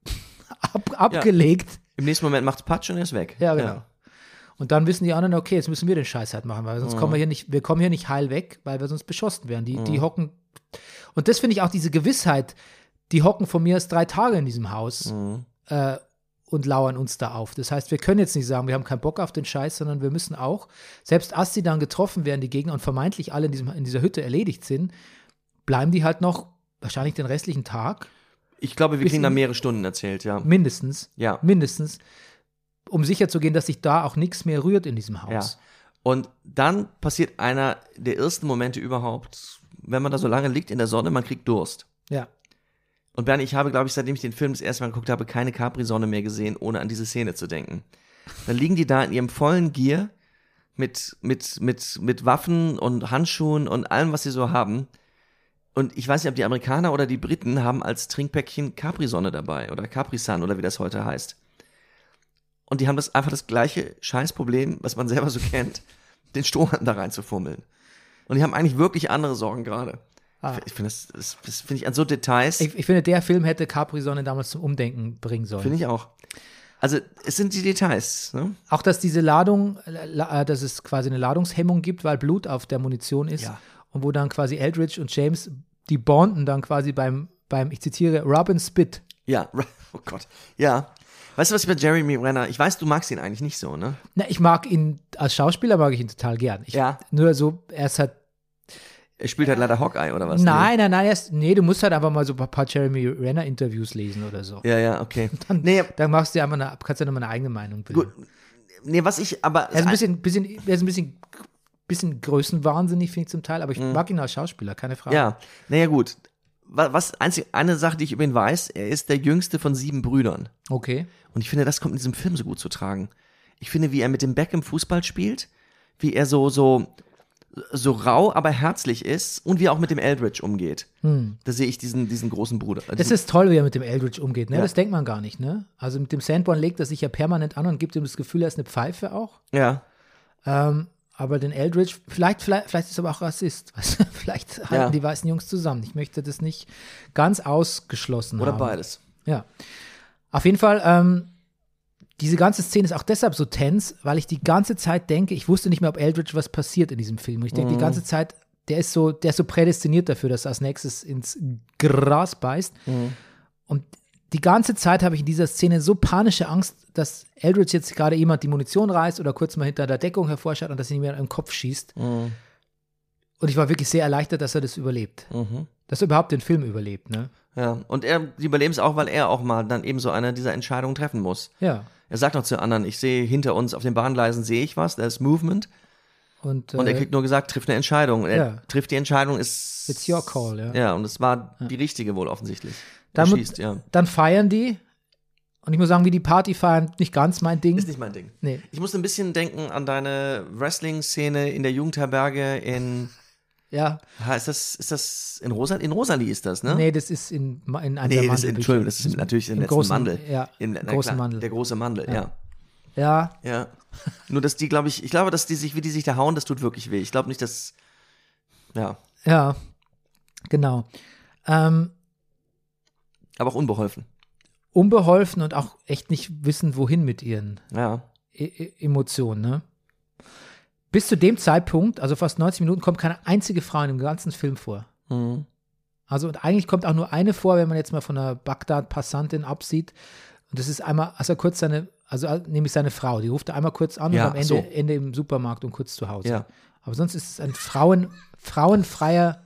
ab, abgelegt. Im nächsten Moment macht's Patsch und er ist weg. Ja, genau. Und dann wissen die anderen, okay, jetzt müssen wir den Scheiß halt machen, weil sonst Mhm. kommen wir hier nicht, wir kommen hier nicht heil weg, weil wir sonst beschossen werden. Die, Mhm. die hocken. Und das finde ich auch diese Gewissheit, die hocken von mir erst drei Tage in diesem Haus Mhm. äh, und lauern uns da auf. Das heißt, wir können jetzt nicht sagen, wir haben keinen Bock auf den Scheiß, sondern wir müssen auch, selbst als die dann getroffen werden, die Gegner, und vermeintlich alle in, diesem, in dieser Hütte erledigt sind, bleiben die halt noch wahrscheinlich den restlichen Tag, Ich glaube, wir Bis kriegen da in- mehrere Stunden erzählt, ja. mindestens, Ja. mindestens, um sicherzugehen, dass sich da auch nichts mehr rührt in diesem Ja. Haus. Und dann passiert einer der ersten Momente überhaupt, wenn man da so lange liegt in der Sonne, man kriegt Durst. Ja. Und Bernie, ich habe, glaube ich, seitdem ich den Film das erste Mal geguckt habe, keine Capri-Sonne mehr gesehen, ohne an diese Szene zu denken. Dann liegen die da in ihrem vollen Gear mit, mit, mit, mit Waffen und Handschuhen und allem, was sie so haben. Und ich weiß nicht, ob die Amerikaner oder die Briten haben als Trinkpäckchen Capri-Sonne dabei oder Capri-Sun oder wie das heute heißt. Und die haben das einfach das gleiche Scheißproblem, was man selber so kennt, den Strohhalm da reinzufummeln. Und die haben eigentlich wirklich andere Sorgen gerade. Ah. Ich finde das, das, das finde ich an so Details. Ich, ich finde, der Film hätte Capri-Sonne damals zum Umdenken bringen sollen. Finde ich auch. Also, es sind die Details, ne? Auch, dass diese Ladung, la, dass es quasi eine Ladungshemmung gibt, weil Blut auf der Munition ist. Ja. Und wo dann quasi Eldridge und James, die bonden dann quasi beim, beim, ich zitiere, Robin Spit. Ja, oh Gott. Ja. Weißt du, was ich bei Jeremy Renner, ich weiß, du magst ihn eigentlich nicht so, ne? Na, ich mag ihn, als Schauspieler mag ich ihn total gern. Ich, Ja. Nur so, er ist halt, Er spielt halt leider Hawkeye oder was? nein, nein, nein, er ist, nee, du musst halt einfach mal so ein paar Jeremy Renner Interviews lesen oder so. Nee. Ja, ja, okay. Dann, Nee, dann machst du dir einfach eine, kannst du dir nochmal eine eigene Meinung bilden. gut. Nee, was ich, aber. Er ist ein bisschen, bisschen, er ist ein bisschen, bisschen größenwahnsinnig, finde ich zum Teil, aber ich mag ihn als Schauspieler, keine Frage. Ja, naja, gut. Was, was einzig, eine Sache, die ich über ihn weiß, er ist der jüngste von sieben Brüdern. Okay. Und ich finde, das kommt in diesem Film so gut zu tragen. Ich finde, wie er mit dem Beckham Fußball spielt, wie er so, so, so rau, aber herzlich ist und wie er auch mit dem Eldridge umgeht. Hm. Da sehe ich diesen, diesen großen Bruder. Das ist toll, wie er mit dem Eldridge umgeht, ne? Ja. Das denkt man gar nicht, ne? Also mit dem Sanborn legt er sich ja permanent an und gibt ihm das Gefühl, er ist eine Pfeife auch. Ja, Ähm, aber den Eldridge, vielleicht, vielleicht, vielleicht ist er aber auch Rassist. Weißt du? Vielleicht halten Ja. die weißen Jungs zusammen. Ich möchte das nicht ganz ausgeschlossen oder haben. beides. Ja. Auf jeden Fall, ähm, diese ganze Szene ist auch deshalb so tens, weil ich die ganze Zeit denke, ich wusste nicht mehr, ob Eldridge was passiert in diesem Film. Und ich denke die ganze Zeit, der ist so, der ist so prädestiniert dafür, dass er als nächstes ins Gras beißt. Und die ganze Zeit habe ich in dieser Szene so panische Angst, dass Eldridge jetzt gerade jemand die Munition reißt oder kurz mal hinter der Deckung hervorschaut und dass ihn mir im Kopf schießt. Mhm. Und ich war wirklich sehr erleichtert, dass er das überlebt. Mhm. Dass er überhaupt den Film überlebt, ne? Ja, und er, die überleben es auch, weil er auch mal dann eben so eine dieser Entscheidungen treffen muss. Ja. Er sagt noch zu anderen, ich sehe hinter uns auf den Bahngleisen, sehe ich was, da ist Movement. Und, Und er äh, kriegt nur gesagt, trifft eine Entscheidung. Er Ja. trifft die Entscheidung, ist. It's your call, ja. Ja, und es war die richtige wohl offensichtlich. Dann, Er mu- schießt, ja. dann feiern die. Und ich muss sagen, wie die Party feiern, nicht ganz mein Ding. Ist nicht mein Ding. Nee. Ich musste ein bisschen denken an deine Wrestling-Szene in der Jugendherberge in. Ja, Ha, Ist das, ist das in Rosa? In Rosalie ist das, ne? nee, das ist in, in einem Nee, der das ist, Mandelbücher. Entschuldigung, das ist natürlich im Im letzten großen- Mandel. ja, in, im na großen klar, Mandel. Der große Mandel, ja. Ja, Ja. Nur, dass die, glaube ich, ich glaube, dass die sich, wie die sich da hauen, das tut wirklich weh. Ich glaube nicht, dass. Ja. ja, genau. Ähm, Aber auch unbeholfen. unbeholfen und auch echt nicht wissen, wohin mit ihren Ja. e e Emotionen, ne? Bis zu dem Zeitpunkt, also fast neunzig Minuten, kommt keine einzige Frau in dem ganzen Film vor. Mhm. Also und eigentlich kommt auch nur eine vor, wenn man jetzt mal von einer Bagdad-Passantin absieht. Und das ist einmal, als er kurz seine, also nämlich seine Frau, die ruft er einmal kurz an Ja, und am Ende, so. Ende im Supermarkt und kurz zu Hause. Ja. Aber sonst ist es ein Frauen, frauenfreier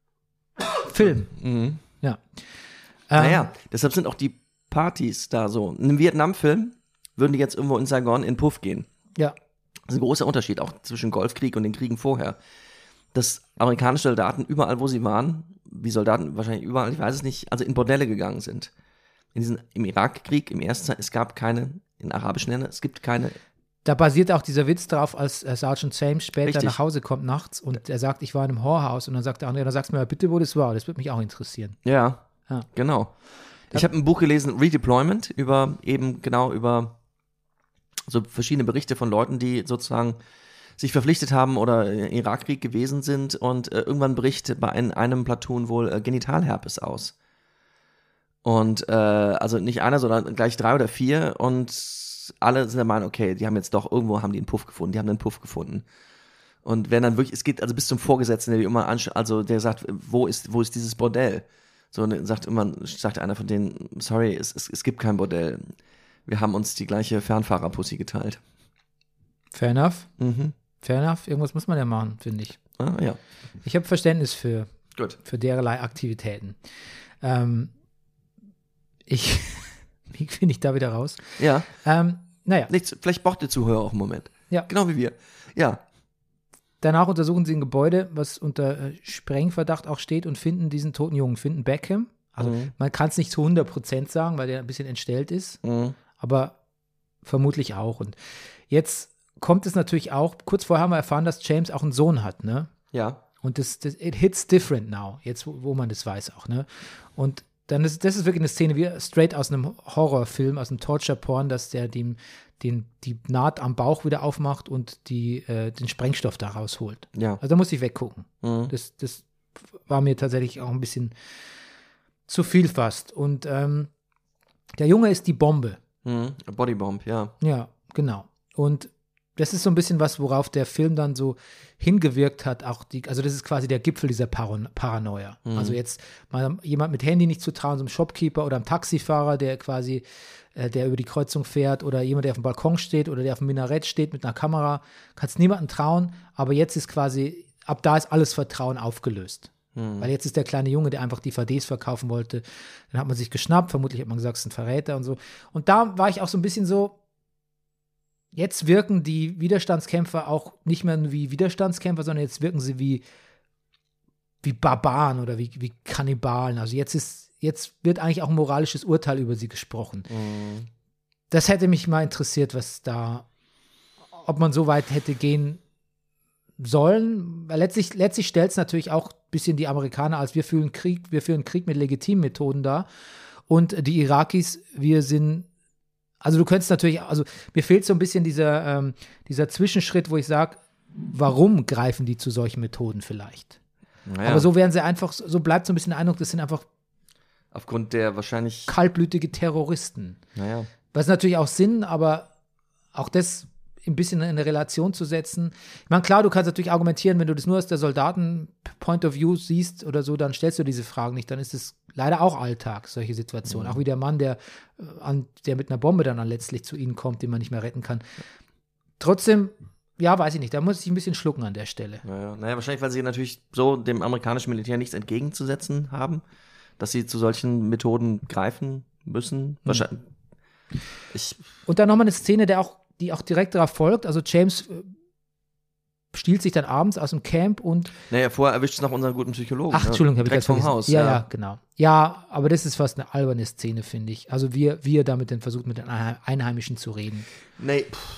Film. Mhm. Ja. Ähm, Naja, deshalb sind auch die Partys da so. In einem Vietnam-Film würden die jetzt irgendwo in Saigon in Puff gehen. Ja. Das ist ein großer Unterschied auch zwischen Golfkrieg und den Kriegen vorher. Dass amerikanische Soldaten überall, wo sie waren, wie Soldaten wahrscheinlich überall, ich weiß es nicht, also in Bordelle gegangen sind. In diesen, im Irakkrieg, im ersten Teil, es gab keine, in arabischen Ländern, es gibt keine. Da basiert auch dieser Witz drauf, als äh, Sergeant James später Richtig. nach Hause kommt nachts und er sagt, ich war in einem Whorehouse und dann sagt der andere, dann sagst du mir mal bitte, wo das war. Das würde mich auch interessieren. Ja, Ja. genau. Ich habe ein Buch gelesen, Redeployment, über eben genau über so verschiedene Berichte von Leuten, die sozusagen sich verpflichtet haben oder im Irakkrieg gewesen sind und äh, irgendwann bricht bei ein, einem Platoon wohl äh, Genitalherpes aus. Und äh, also nicht einer, sondern gleich drei oder vier und alle sind der Meinung, okay, die haben jetzt doch irgendwo haben die einen Puff gefunden, die haben einen Puff gefunden. Und wenn dann wirklich, es geht also bis zum Vorgesetzten, der die immer ansch- also der sagt, wo ist, wo ist dieses Bordell? So ne, sagt immer, sagt einer von denen, sorry, es, es, es gibt kein Bordell. Wir haben uns die gleiche Fernfahrerpussy geteilt. Fair enough. Mhm. Fair enough. Irgendwas muss man ja machen, finde ich. Ah, ja. Ich habe Verständnis für, Gut. für derlei Aktivitäten. Ähm, ich, wie finde ich da wieder raus? Ja. Ähm, naja. Nichts, vielleicht braucht der Zuhörer auch einen Moment. Ja. Genau wie wir. Ja. Danach untersuchen sie ein Gebäude, was unter äh, Sprengverdacht auch steht und finden diesen toten Jungen, finden Beckham. Also Mhm. man kann es nicht zu hundert Prozent sagen, weil der ein bisschen entstellt ist, Mhm. aber vermutlich auch. Und jetzt kommt es natürlich auch, kurz vorher haben wir erfahren, dass James auch einen Sohn hat, ne? Ja. Und das, das it hits different now, jetzt wo, wo man das weiß auch, ne? Und dann ist das ist wirklich eine Szene wie straight aus einem Horrorfilm, aus einem Torture-Porn, dass der dem, den, die Naht am Bauch wieder aufmacht und die, äh, den Sprengstoff da rausholt. Ja. Also da muss ich weggucken. Mhm. Das, das war mir tatsächlich auch ein bisschen zu viel fast. Und ähm, der Junge ist die Bombe. Mhm. Bodybomb, ja. Ja, genau. Und das ist so ein bisschen was, worauf der Film dann so hingewirkt hat. Auch die, also das ist quasi der Gipfel dieser Paran- Paranoia. Mhm. Also jetzt mal jemand mit Handy nicht zu trauen, so einem Shopkeeper oder einem Taxifahrer, der quasi, äh, der über die Kreuzung fährt oder jemand, der auf dem Balkon steht oder der auf dem Minarett steht mit einer Kamera, kannst niemandem trauen. Aber jetzt ist quasi, ab da ist alles Vertrauen aufgelöst. Mhm. Weil jetzt ist der kleine Junge, der einfach D V Ds verkaufen wollte, dann hat man sich geschnappt, vermutlich hat man gesagt, es ist ein Verräter und so. Und da war ich auch so ein bisschen so, jetzt wirken die Widerstandskämpfer auch nicht mehr wie Widerstandskämpfer, sondern jetzt wirken sie wie, wie Barbaren oder wie, wie Kannibalen. Also jetzt ist, jetzt wird eigentlich auch ein moralisches Urteil über sie gesprochen. Mhm. Das hätte mich mal interessiert, was da, ob man so weit hätte gehen sollen. Weil letztlich, letztlich stellt es natürlich auch ein bisschen die Amerikaner als wir führen Krieg, wir führen Krieg mit legitimen Methoden dar. Und die Irakis, wir sind, also du könntest natürlich, also mir fehlt so ein bisschen dieser, ähm, dieser Zwischenschritt, wo ich sage, warum greifen die zu solchen Methoden vielleicht? Naja. Aber so werden sie einfach, so bleibt so ein bisschen der Eindruck, das sind einfach Aufgrund der wahrscheinlich, kaltblütige Terroristen. naja. Was natürlich auch Sinn, aber auch das ein bisschen in eine Relation zu setzen. Ich meine, klar, du kannst natürlich argumentieren, wenn du das nur aus der Soldaten-Point of View siehst oder so, dann stellst du diese Fragen nicht. Dann ist es leider auch Alltag, solche Situationen. Mhm. Auch wie der Mann, der, äh, an, der mit einer Bombe dann, dann letztlich zu ihnen kommt, den man nicht mehr retten kann. Trotzdem, ja, weiß ich nicht, da muss ich ein bisschen schlucken an der Stelle. Naja, naja, wahrscheinlich, weil sie natürlich so dem amerikanischen Militär nichts entgegenzusetzen haben, dass sie zu solchen Methoden greifen müssen. Wahrscheinlich. Ich, Und dann nochmal eine Szene, der auch, die auch direkt darauf folgt. Also James äh, stiehlt sich dann abends aus dem Camp und naja, vorher erwischt es noch unseren guten Psychologen. Ach, Entschuldigung, habe ich Direkt ganz vom vergessen. Haus. Ja, ja, genau. Ja, aber das ist fast eine alberne Szene, finde ich. Also wie, wie er damit dann versucht, mit den Einheimischen zu reden. Nee. pff.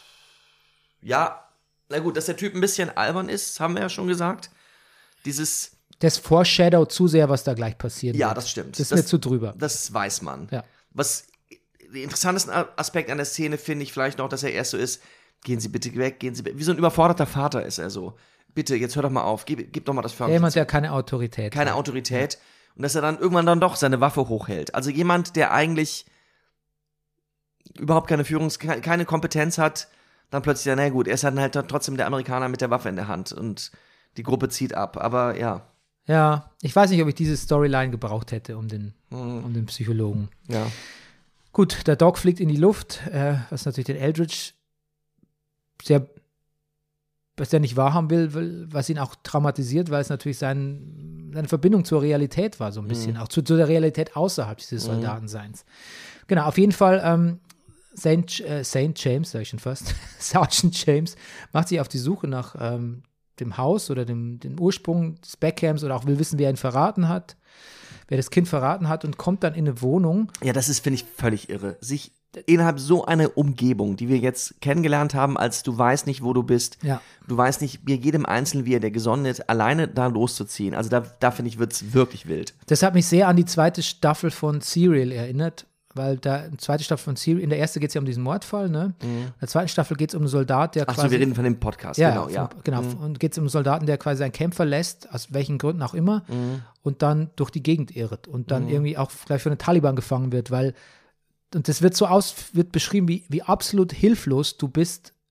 Ja, na gut, dass der Typ ein bisschen albern ist, haben wir ja schon gesagt. Dieses, Das foreshadowt zu sehr, was da gleich passiert. ja, wird. das stimmt. Das ist mir zu drüber. Das weiß man. Ja. Was den interessantesten Aspekt an der Szene finde ich vielleicht noch, dass er erst so ist, gehen Sie bitte weg, gehen Sie weg. Wie so ein überforderter Vater ist er so. Bitte, jetzt hör doch mal auf, gib, gib doch mal das Förmchen. Jemand, der keine Autorität Keine hat. Autorität. Und dass er dann irgendwann dann doch seine Waffe hochhält. Also jemand, der eigentlich überhaupt keine Führungs-, keine Kompetenz hat, dann plötzlich, na gut, er ist dann halt trotzdem der Amerikaner mit der Waffe in der Hand und die Gruppe zieht ab. Aber ja. Ja, ich weiß nicht, ob ich diese Storyline gebraucht hätte, um den, Mhm. um den Psychologen. Ja. Gut, der Dog fliegt in die Luft, äh, was natürlich den Eldridge sehr, was er nicht wahrhaben will, will, was ihn auch traumatisiert, weil es natürlich sein, seine Verbindung zur Realität war, so ein bisschen, Mhm. auch zu, zu der Realität außerhalb dieses Mhm. Soldatenseins. Genau, auf jeden Fall, ähm, Saint, äh, Saint James, sag ich schon fast, Sergeant James macht sich auf die Suche nach ähm, dem Haus oder dem, dem Ursprung des Beckhams oder auch will wissen, wer ihn verraten hat, wer das Kind verraten hat und kommt dann in eine Wohnung. Ja, das ist, finde ich, völlig irre. Sich innerhalb so einer Umgebung, die wir jetzt kennengelernt haben, als du weißt nicht, wo du bist, Ja. du weißt nicht, mir jedem Einzelnen, wie er der gesonnen ist, alleine da loszuziehen. Also da, da finde ich, wird es wirklich wild. Das hat mich sehr an die zweite Staffel von Serial erinnert, weil da die zweite Staffel von Serial, in der ersten geht es ja um diesen Mordfall, ne? In der zweiten Staffel geht es um einen Soldat, der Achso, quasi wir reden von dem Podcast, ja, genau, von, ja. genau. Mhm. Und geht es um einen Soldaten, der quasi seinen Camp verlässt, aus welchen Gründen auch immer, Mhm. und dann durch die Gegend irrt und dann Mhm. irgendwie auch gleich von den Taliban gefangen wird, weil, und das wird so aus, wird beschrieben, wie, wie absolut hilflos du bist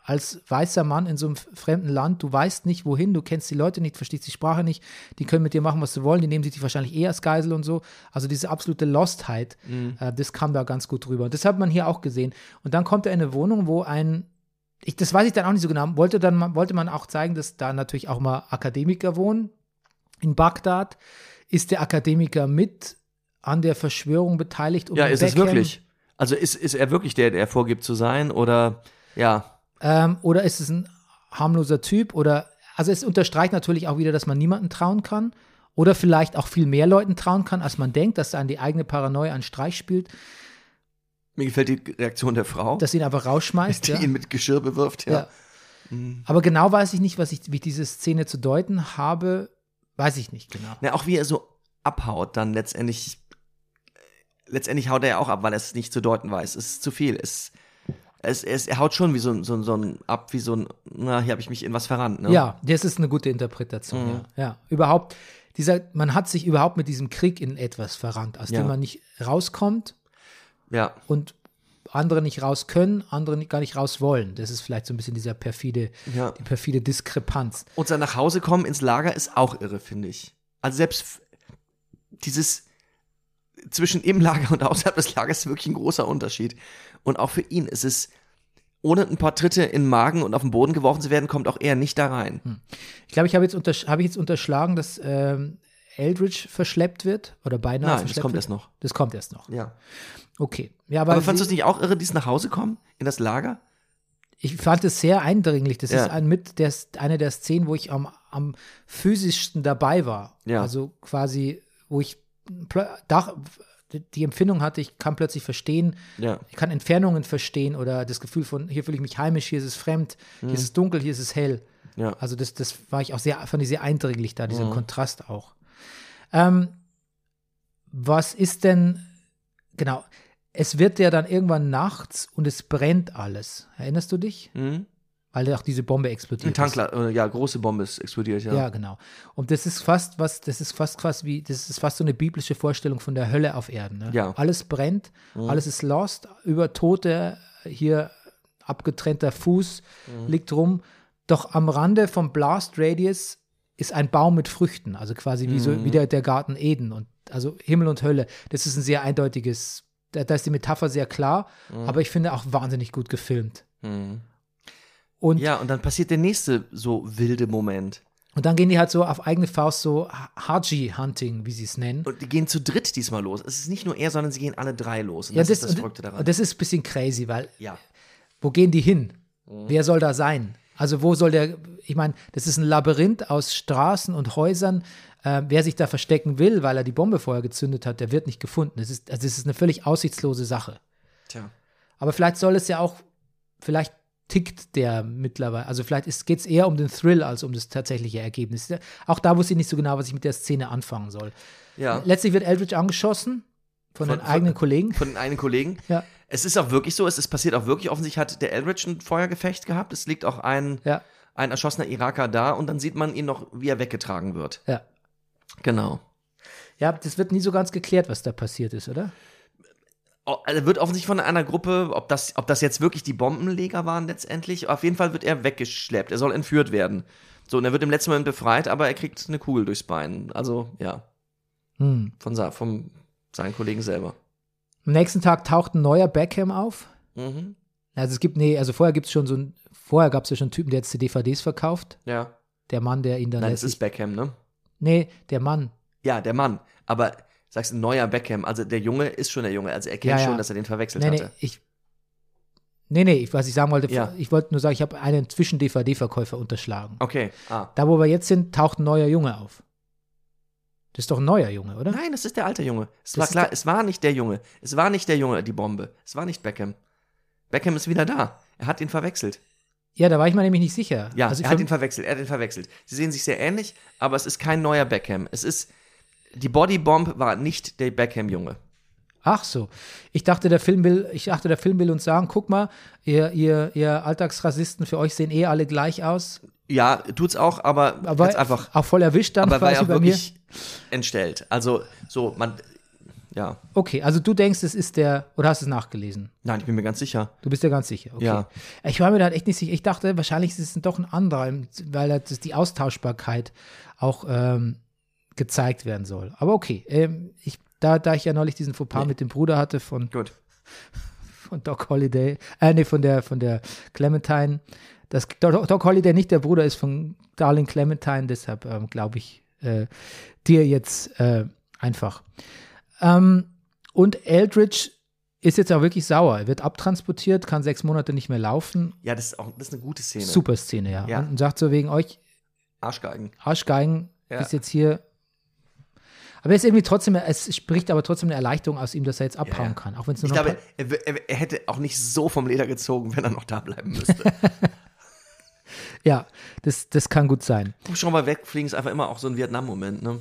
als weißer Mann in so einem fremden Land, du weißt nicht, wohin, du kennst die Leute nicht, verstehst die Sprache nicht, die können mit dir machen, was sie wollen, die nehmen sich dich wahrscheinlich eher als Geisel und so. Also diese absolute Lostheit, Mhm. äh, das kam da ganz gut rüber. Und das hat man hier auch gesehen. Und dann kommt er in eine Wohnung, wo ein, ich, das weiß ich dann auch nicht so genau, wollte, dann, wollte man auch zeigen, dass da natürlich auch mal Akademiker wohnen. In Bagdad ist der Akademiker mit an der Verschwörung beteiligt. Um Ja, ist es Beckham, wirklich? Also ist, ist er wirklich der, der vorgibt zu sein? Oder, ja. Ähm, oder ist es ein harmloser Typ? Oder, also es unterstreicht natürlich auch wieder, dass man niemandem trauen kann. Oder vielleicht auch viel mehr Leuten trauen kann, als man denkt, dass da an die eigene Paranoia einen Streich spielt, Mir gefällt die Reaktion der Frau, dass sie ihn einfach rausschmeißt. die ja. ihn mit Geschirr bewirft. Ja. Ja. Aber genau weiß ich nicht, was ich, wie ich diese Szene zu deuten habe, weiß ich nicht genau. Na, auch wie er so abhaut, dann letztendlich, letztendlich haut er ja auch ab, weil er es nicht zu deuten weiß. Es ist zu viel. Es, es, es, er haut schon wie so, ein- so, ein- so ein ab, wie so ein, na, hier habe ich mich in was verrannt. Ne? Ja, das ist eine gute Interpretation. Ja. ja, überhaupt, dieser, man hat sich überhaupt mit diesem Krieg in etwas verrannt, aus Ja. dem man nicht rauskommt Ja. und andere nicht raus können, andere nicht, gar nicht raus wollen. Das ist vielleicht so ein bisschen dieser perfide, Ja. die perfide Diskrepanz. Und sein Nachhausekommen ins Lager ist auch irre, finde ich. Also selbst f- dieses zwischen im Lager und außerhalb des Lagers ist wirklich ein großer Unterschied. Und auch für ihn ist es, ohne ein paar Tritte in den Magen und auf den Boden geworfen zu werden, kommt auch er nicht da rein. Ich glaube, ich habe jetzt, untersch hab ich jetzt unterschlagen, dass ähm, Eldridge verschleppt wird oder beinahe Nein, verschleppt das kommt wird. erst noch. Das kommt erst noch. Ja. Okay. Ja, aber Aber fandest du sie, es nicht auch irre, dieses Nachhausekommen in das Lager? ich fand es sehr eindringlich. Das Ja. ist ein, mit der, eine der Szenen, wo ich am, am physischsten dabei war. Ja. Also quasi, wo ich plö- dach, die Empfindung hatte, ich kann plötzlich verstehen, Ja. ich kann Entfernungen verstehen oder das Gefühl von, hier fühle ich mich heimisch, hier ist es fremd, hier ist es dunkel, hier ist es hell. Ja. Also das, das war ich auch sehr, fand ich sehr eindringlich da, dieser Kontrast auch. Ähm, was ist denn, genau, es wird ja dann irgendwann nachts und es brennt alles. Erinnerst du dich? Mhm. Weil auch diese Bombe explodiert Ein ist. Tankler, äh, ja, große Bombe ist explodiert, ja. Ja, genau. Und das ist fast was, das ist fast fast wie, das ist fast so eine biblische Vorstellung von der Hölle auf Erden. Ne? Ja. Alles brennt, alles ist lost, über Tote, hier abgetrennter Fuß liegt rum. Doch am Rande vom Blast Radius ist ein Baum mit Früchten, also quasi wie so wie der, der Garten Eden und also Himmel und Hölle. Das ist ein sehr eindeutiges, da, da ist die Metapher sehr klar, aber ich finde auch wahnsinnig gut gefilmt. Und Ja, und dann passiert der nächste so wilde Moment. Und dann gehen die halt so auf eigene Faust so Haji-Hunting, wie sie es nennen. Und die gehen zu dritt diesmal los. Es ist nicht nur er, sondern sie gehen alle drei los. Und Ja, das, ist das und- Verrückte daran. und das ist ein bisschen crazy, weil ja. wo gehen die hin? Mhm. Wer soll da sein? Also wo soll der, ich meine, das ist ein Labyrinth aus Straßen und Häusern. Äh, wer sich da verstecken will, weil er die Bombe vorher gezündet hat, der wird nicht gefunden. Das ist, also es ist eine völlig aussichtslose Sache. Tja. Aber vielleicht soll es ja auch, vielleicht tickt der mittlerweile, also vielleicht geht es eher um den Thrill als um das tatsächliche Ergebnis. Auch da wusste ich nicht so genau, was ich mit der Szene anfangen soll. Ja. Letztlich wird Eldridge angeschossen von, Von- den von- eigenen Kollegen. Von den einen Kollegen. Ja. Es ist auch wirklich so, es ist passiert auch wirklich. Offensichtlich hat der Eldridge ein Feuergefecht gehabt. Es liegt auch ein, Ja, ein erschossener Iraker da und dann sieht man ihn noch, wie er weggetragen wird. ja. Genau. Ja, das wird nie so ganz geklärt, was da passiert ist, oder? Oh, also wird offensichtlich von einer Gruppe, ob das, ob das jetzt wirklich die Bombenleger waren letztendlich, auf jeden Fall wird er weggeschleppt. Er soll entführt werden. So, und er wird im letzten Moment befreit, aber er kriegt eine Kugel durchs Bein. Also, ja, Hm. von sa- vom seinen Kollegen selber. Am nächsten Tag taucht ein neuer Beckham auf. Mhm. Also es gibt, nee, also vorher gibt es schon so ein, vorher gab es ja schon einen Typen, der jetzt D V Ds verkauft. Ja. Der Mann, der ihn dann Nein, das letztlich- ist Beckham, ne? Nee, der Mann. Ja, der Mann. Aber sagst du, neuer Beckham. Also der Junge ist schon der Junge. Also er kennt Ja, ja. schon, dass er den verwechselt Nee, nee, hatte. ich. Nee, nee, ich, was ich sagen wollte, Ja. ich wollte nur sagen, ich habe einen Zwischen-D V D-Verkäufer unterschlagen. Okay. Ah. Da, wo wir jetzt sind, taucht ein neuer Junge auf. Das ist doch ein neuer Junge, oder? Nein, das ist der alte Junge. Es Das war ist klar, der- es war nicht der Junge. Es war nicht der Junge, die Bombe. Es war nicht Beckham. Beckham ist wieder da. Er hat ihn verwechselt. Ja, da war ich mir nämlich nicht sicher. Ja, also ich er hat verm- ihn verwechselt. Er hat ihn verwechselt. Sie sehen sich sehr ähnlich, aber es ist kein neuer Beckham. Es ist, die Bodybomb war nicht der Beckham-Junge. Ach so. Ich dachte, der Film will, ich dachte, der Film will uns sagen, guck mal, ihr, ihr, ihr Alltagsrassisten, für euch sehen eh alle gleich aus. Ja, tut's auch, aber, Aber ganz einfach. auch voll erwischt dann Aber war quasi ja bei mir. wirklich entstellt. Also, so, man, Ja. Okay, also du denkst, es ist der, oder hast du es nachgelesen? Nein, ich bin mir ganz sicher. Du bist ja ganz sicher, okay. Ja. Ich war mir da echt nicht sicher. Ich dachte, wahrscheinlich ist es doch ein anderer, weil das die Austauschbarkeit auch ähm, gezeigt werden soll. Aber okay, ähm, ich, da, da ich ja neulich diesen Fauxpas Nee. mit dem Bruder hatte von, Gut. von Doc Holliday, äh, nee, von der, von der Clementine, dass Doc, Doc Holliday nicht der Bruder ist von Darling Clementine, deshalb ähm, glaube ich äh, dir jetzt äh, einfach. Ähm, und Eldridge ist jetzt auch wirklich sauer. Er wird abtransportiert, kann sechs Monate nicht mehr laufen. Ja, das ist auch das ist eine gute Szene. Super Szene, ja. Ja. Und sagt so wegen euch, Arschgeigen. Arschgeigen Ja. ist jetzt hier. Aber er ist irgendwie trotzdem, es spricht aber trotzdem eine Erleichterung aus ihm, dass er jetzt abhauen Ja, ja. kann. Auch wenn es nur Ich noch glaube, er, w- er, er hätte auch nicht so vom Leder gezogen, wenn er noch da bleiben müsste. ja, das, das kann gut sein. Hubschrauber wegfliegen ist einfach immer auch so ein Vietnam-Moment, ne?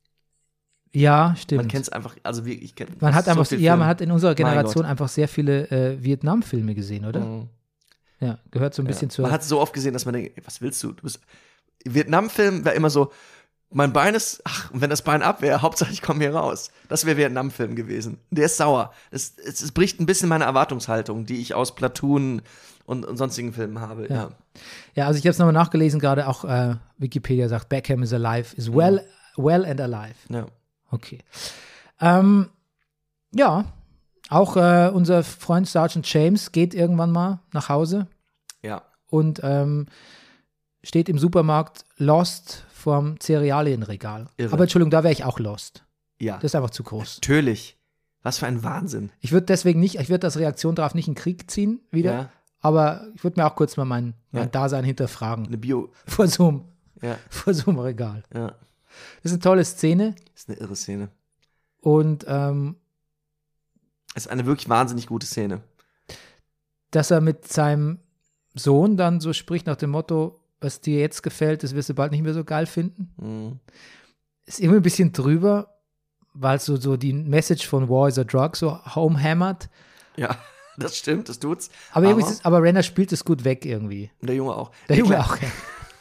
Ja, stimmt. Man kennt es einfach, also wie, ich kenn Man hat so einfach, viel ja, Film. man hat in unserer Mein Generation Gott. einfach sehr viele äh, Vietnam-Filme gesehen, oder? Mhm. Ja, gehört so ein bisschen Ja. zur. Man hat es so oft gesehen, dass man denkt, ey, was willst du? Du bist Vietnam-Film wäre immer so, mein Bein ist, ach, und wenn das Bein ab wäre, Hauptsache ich komme hier raus. Das wäre Vietnam-Film gewesen. Der ist sauer. Es, es, es bricht ein bisschen meine Erwartungshaltung, die ich aus Platoon und, und sonstigen Filmen habe. Ja. Ja. Ja, also ich habe es nochmal nachgelesen, gerade auch äh, Wikipedia sagt, Beckham is alive, is well, well and alive. Ja. Okay. Ähm, ja, auch äh, unser Freund Sergeant James geht irgendwann mal nach Hause Ja. und ähm, steht im Supermarkt lost vorm Cerealienregal. Irre. Aber Entschuldigung, da wäre ich auch lost. Ja. Das ist einfach zu groß. Natürlich. Was für ein Wahnsinn. Ich würde deswegen nicht, ich würde das Reaktion darauf nicht in den Krieg ziehen wieder, Ja. aber ich würde mir auch kurz mal mein, mein Ja. Dasein hinterfragen Eine Bio. vor so einem, Ja. vor so einem Regal. Ja. Das ist eine tolle Szene Das ist eine irre Szene. und ähm, Es ist eine wirklich wahnsinnig gute Szene. dass er mit seinem Sohn dann so spricht nach dem Motto, was dir jetzt gefällt, das wirst du bald nicht mehr so geil finden. Mhm. Ist irgendwie ein bisschen drüber, weil so, so die Message von War is a Drug so homehammert. Ja, das stimmt, das tut's. Aber, irgendwie Aber- ist es, aber Renner spielt es gut weg irgendwie. Der Junge auch. Der Nee, Junge klar. auch, ja.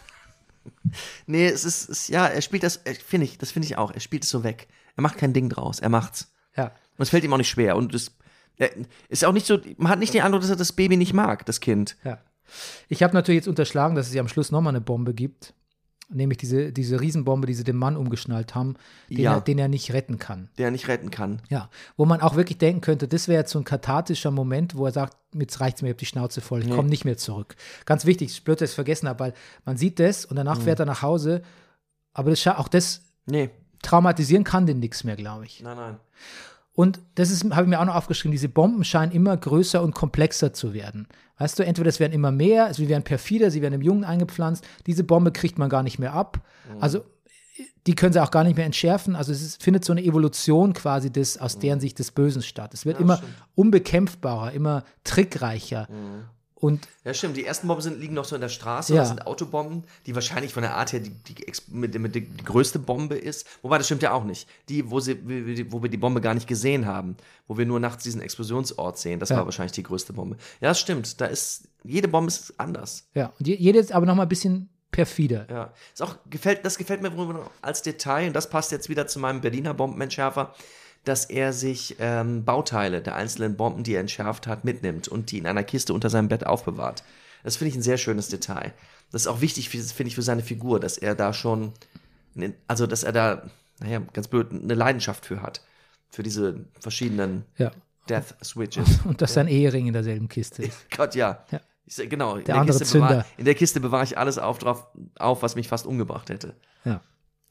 Nee, es ist, es, ja, er spielt das, äh, finde ich, das finde ich auch. Er spielt es so weg. Er macht kein Ding draus. Er macht's. ja. Und es fällt ihm auch nicht schwer. Und es er, ist auch nicht so, man hat nicht den Eindruck, dass er das Baby nicht mag, das Kind. Ja. Ich habe natürlich jetzt unterschlagen, dass es ja am Schluss nochmal eine Bombe gibt. Nämlich diese, diese Riesenbombe, die sie dem Mann umgeschnallt haben, den, Ja. er, den er nicht retten kann. Der er nicht retten kann. Ja. Wo man auch wirklich denken könnte, das wäre jetzt so ein kathartischer Moment, wo er sagt, jetzt reicht's mir, ich hab die Schnauze voll, ich Nee. komme nicht mehr zurück. Ganz wichtig, ich blöd, dass ich es vergessen habe, weil man sieht das und danach fährt er nach Hause, aber das, scha- auch das Nee, traumatisieren kann den nichts mehr, glaube ich. nein, nein. Und das ist, habe ich mir auch noch aufgeschrieben, diese Bomben scheinen immer größer und komplexer zu werden. Weißt du, entweder es werden immer mehr, also sie werden perfider, sie werden im Jungen eingepflanzt, diese Bombe kriegt man gar nicht mehr ab. Also die können sie auch gar nicht mehr entschärfen. Also es ist, findet so eine Evolution quasi des, aus deren Sicht des Bösen statt. Es wird Ja, immer stimmt. unbekämpfbarer, immer trickreicher. Und Ja, stimmt. Die ersten Bomben sind, liegen noch so in der Straße. Ja. Das sind Autobomben, die wahrscheinlich von der Art her die, die, ex- mit, mit die, die größte Bombe ist. Wobei, das stimmt ja auch nicht. Die, wo, sie, wo wo wir die Bombe gar nicht gesehen haben. Wo wir nur nachts diesen Explosionsort sehen. Das Ja. war wahrscheinlich die größte Bombe. Ja, das stimmt. Da ist, jede Bombe ist anders. ja, und je- jede ist aber noch mal ein bisschen perfider. Ja. Ist auch, gefällt, das gefällt mir wohl noch als Detail. Und das passt jetzt wieder zu meinem Berliner Bombenentschärfer, dass er sich ähm, Bauteile der einzelnen Bomben, die er entschärft hat, mitnimmt und die in einer Kiste unter seinem Bett aufbewahrt. Das finde ich ein sehr schönes Detail. Das ist auch wichtig, für- finde ich, für seine Figur, dass er da schon, ne- also dass er da, naja, ganz blöd, eine Leidenschaft für hat. Für diese verschiedenen Ja. Death Switches. Und dass sein Ehering in derselben Kiste ist. Gott, ja. Ja. Ich sag, genau, in Der andere Kiste bewahr, Zünder. in der Kiste bewahre ich alles auf, drauf, auf, was mich fast umgebracht hätte. Ja.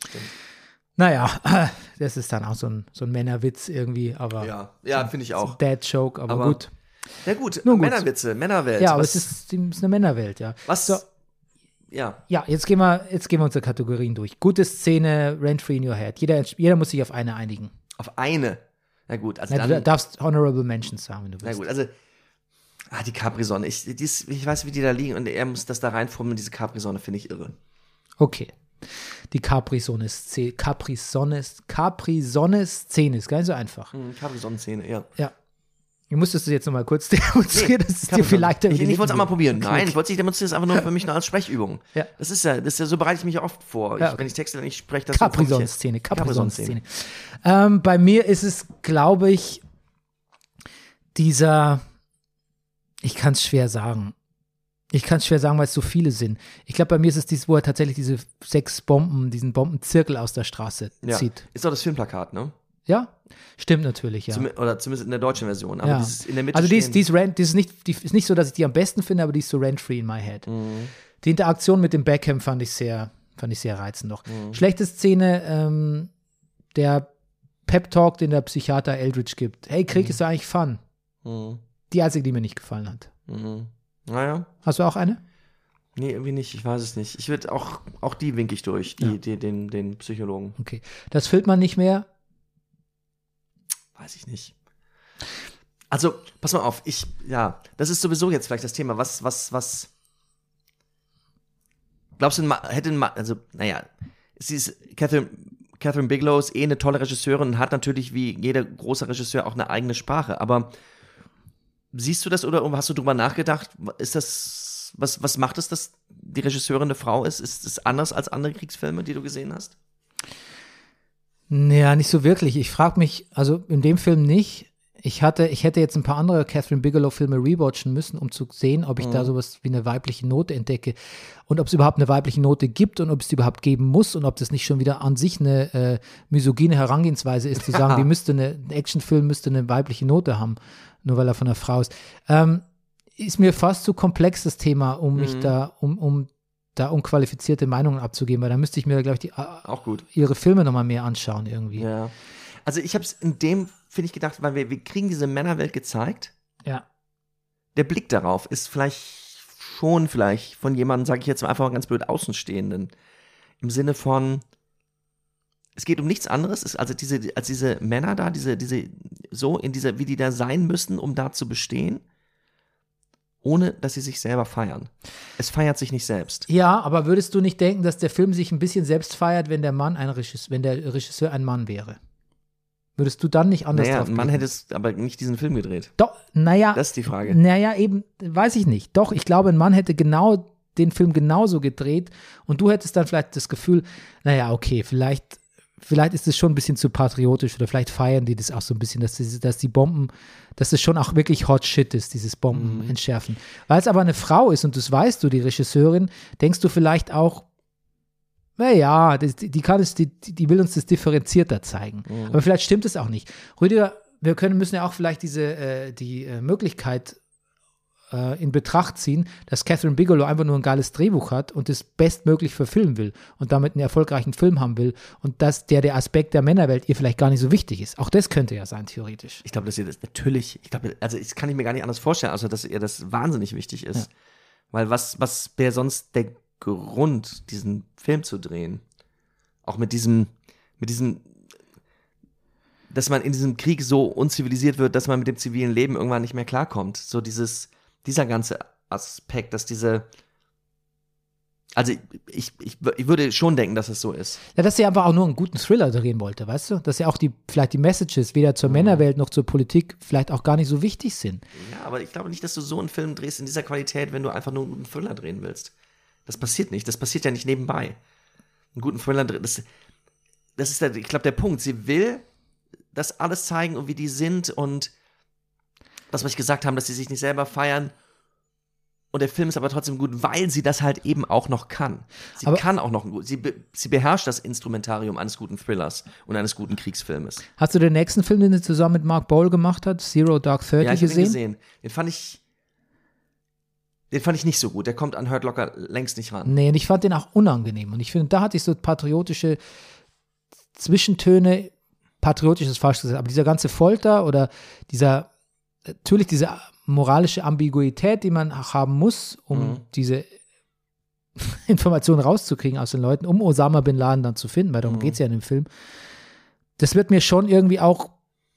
Naja, das ist dann auch so ein, so ein Männerwitz irgendwie, aber Ja, ja, finde ich auch. Dad-Joke, aber, Aber- gut. Ja gut, Nun gut. Männerwitze, Männerwelt. Ja, aber was, es ist, es ist eine Männerwelt, ja. was, So, ja, ja, jetzt gehen wir, jetzt gehen wir unsere Kategorien durch. Gute Szene, Rent-Free in Your Head. Jeder, jeder muss sich auf eine einigen. auf eine. Na gut, also Na, du dann, darfst Honorable Mentions sagen, wenn du na willst. gut, also, ah, die Capri-Sonne, ich, die ist, ich weiß, wie die da liegen und er muss das da reinfummeln, diese Capri-Sonne finde ich irre. Okay. Die Capri-Sonne-Szene, Capri-Sonne, Capri-Sonne-Szene ist gar nicht so einfach. Hm, Capri-Sonnenszene, ja. Ja. Du musstest es jetzt nochmal kurz demonstrieren, dass es dir vielleicht Ich, ich wollte es einmal probieren. Nein, ich wollte es nicht demonstrieren, das ist einfach nur für mich nur als Sprechübung. Ja. Das ist ja, das ist ja, so bereite ich mich ja oft vor. Ja, ich, okay. wenn ich Texte nicht spreche, das Capri-Sonne-Szene, Capri-Sonne-Szene. Ähm, bei mir ist es, glaube ich, dieser, ich kann es schwer sagen. Ich kann es schwer sagen, weil es so viele sind. Ich glaube, bei mir ist es dieses, wo er tatsächlich diese sechs Bomben, diesen Bombenzirkel aus der Straße ja. zieht. Ist doch das Filmplakat, ne? Ja, stimmt natürlich, ja. Zum, oder zumindest in der deutschen Version. Aber ja. dieses in der Mitte also die ist, stehen- die ist, rent, die ist nicht, die ist nicht so, dass ich die am besten finde, aber die ist so rent-free in my head. Mhm. Die Interaktion mit dem Beckham fand ich sehr, fand ich sehr reizend noch. Mhm. Schlechte Szene, ähm, der Pep-Talk, den der Psychiater Eldridge gibt. Hey, Krieg Mhm. ist doch eigentlich Fun. Mhm. Die einzige, die mir nicht gefallen hat. Mhm. Naja. Hast du auch eine? Nee, irgendwie nicht. Ich weiß es nicht. Ich würde auch, auch die winke ich durch, die, Ja. die, den, den Psychologen. Okay. Das füllt man nicht mehr. Weiß ich nicht. Also, pass mal auf, ich, ja, das ist sowieso jetzt vielleicht das Thema. Was, was, was, glaubst du, Ma- hätte, Ma- also, naja, sie ist, Catherine, Catherine Bigelow ist eh eine tolle Regisseurin und hat natürlich wie jeder große Regisseur auch eine eigene Sprache, aber siehst du das oder hast du drüber nachgedacht, ist das, was, was macht es, dass die Regisseurin eine Frau ist? Ist es anders als andere Kriegsfilme, die du gesehen hast? Naja, nicht so wirklich. Ich frage mich, also in dem Film nicht. Ich hatte, ich hätte jetzt ein paar andere Catherine Bigelow-Filme rewatchen müssen, um zu sehen, ob ich Mhm. da sowas wie eine weibliche Note entdecke und ob es überhaupt eine weibliche Note gibt und ob es die überhaupt geben muss und ob das nicht schon wieder an sich eine äh, misogyne Herangehensweise ist, zu sagen, Ja. die müsste eine, ein Actionfilm müsste eine weibliche Note haben, nur weil er von einer Frau ist. Ähm, ist mir fast zu komplex das Thema, um mich Mhm. da, um, um da unqualifizierte Meinungen abzugeben, weil da müsste ich mir, glaube ich, die, Auch gut. ihre Filme nochmal mehr anschauen irgendwie. Ja. Also ich habe es in dem, finde ich, gedacht, weil wir, wir kriegen diese Männerwelt gezeigt. Ja. Der Blick darauf ist vielleicht schon vielleicht von jemandem, sage ich jetzt mal einfach mal ganz blöd, Außenstehenden. Im Sinne von, es geht um nichts anderes, ist also diese, als diese Männer da, diese, diese, so in dieser, wie die da sein müssen, um da zu bestehen, ohne dass sie sich selber feiern. Es feiert sich nicht selbst. Ja, aber würdest du nicht denken, dass der Film sich ein bisschen selbst feiert, wenn der Mann ein Regisseur, wenn der Regisseur ein Mann wäre? Würdest du dann nicht anders Naja, drauf man blicken? hätte es aber nicht diesen Film gedreht. Doch, naja. Das ist die Frage. Naja, eben, weiß ich nicht. Doch, ich glaube, ein Mann hätte genau den Film genauso gedreht und du hättest dann vielleicht das Gefühl, naja, okay, vielleicht, vielleicht ist es schon ein bisschen zu patriotisch oder vielleicht feiern die das auch so ein bisschen, dass die, dass die Bomben, dass es schon auch wirklich Hot Shit ist, dieses Bomben Mhm. entschärfen. Weil es aber eine Frau ist und das weißt du, die Regisseurin, denkst du vielleicht auch, naja, die, die kann es, die, die will uns das differenzierter zeigen. Mhm. Aber vielleicht stimmt es auch nicht. Rüdiger, wir können, müssen ja auch vielleicht diese, äh, die äh, Möglichkeit äh, in Betracht ziehen, dass Catherine Bigelow einfach nur ein geiles Drehbuch hat und das bestmöglich verfilmen will und damit einen erfolgreichen Film haben will und dass der, der Aspekt der Männerwelt ihr vielleicht gar nicht so wichtig ist. Auch das könnte ja sein, theoretisch. Ich glaube, dass ihr das natürlich, ich glaube, also das kann ich mir gar nicht anders vorstellen, außer dass ihr das wahnsinnig wichtig ist. Ja. Weil was, was wäre sonst der Grund, diesen Film zu drehen? Auch mit diesem, mit diesem, dass man in diesem Krieg so unzivilisiert wird, dass man mit dem zivilen Leben irgendwann nicht mehr klarkommt. So dieses, dieser ganze Aspekt, dass diese, also ich, ich, ich würde schon denken, dass es so ist. Ja, dass sie einfach auch nur einen guten Thriller drehen wollte, weißt du? Dass ja auch die, vielleicht die Messages weder zur Männerwelt noch zur Politik vielleicht auch gar nicht so wichtig sind. Ja, aber ich glaube nicht, dass du so einen Film drehst in dieser Qualität, wenn du einfach nur einen guten Thriller drehen willst. Das passiert nicht. Das passiert ja nicht nebenbei. Einen guten Thriller drehen, das, das ist, der, ich glaube, der Punkt. Sie will das alles zeigen und wie die sind und das, was ich gesagt habe, dass sie sich nicht selber feiern. Und der Film ist aber trotzdem gut, weil sie das halt eben auch noch kann. Sie Aber- kann auch noch, sie, be, sie beherrscht das Instrumentarium eines guten Thrillers und eines guten Kriegsfilmes. Hast du den nächsten Film, den sie zusammen mit Mark Bowl gemacht hat, Zero Dark Thirty, Ja, ich habe gesehen? ihn gesehen. Den fand ich, den fand ich nicht so gut. Der kommt an Hurt Locker längst nicht ran. Nee, und ich fand den auch unangenehm. Und ich finde, da hatte ich so patriotische Zwischentöne, patriotisch ist falsch gesagt, aber dieser ganze Folter oder dieser, natürlich diese moralische Ambiguität, die man auch haben muss, um Mhm. diese Informationen rauszukriegen aus den Leuten, um Osama Bin Laden dann zu finden, weil darum Mhm. geht es ja in dem Film. Das wird mir schon irgendwie auch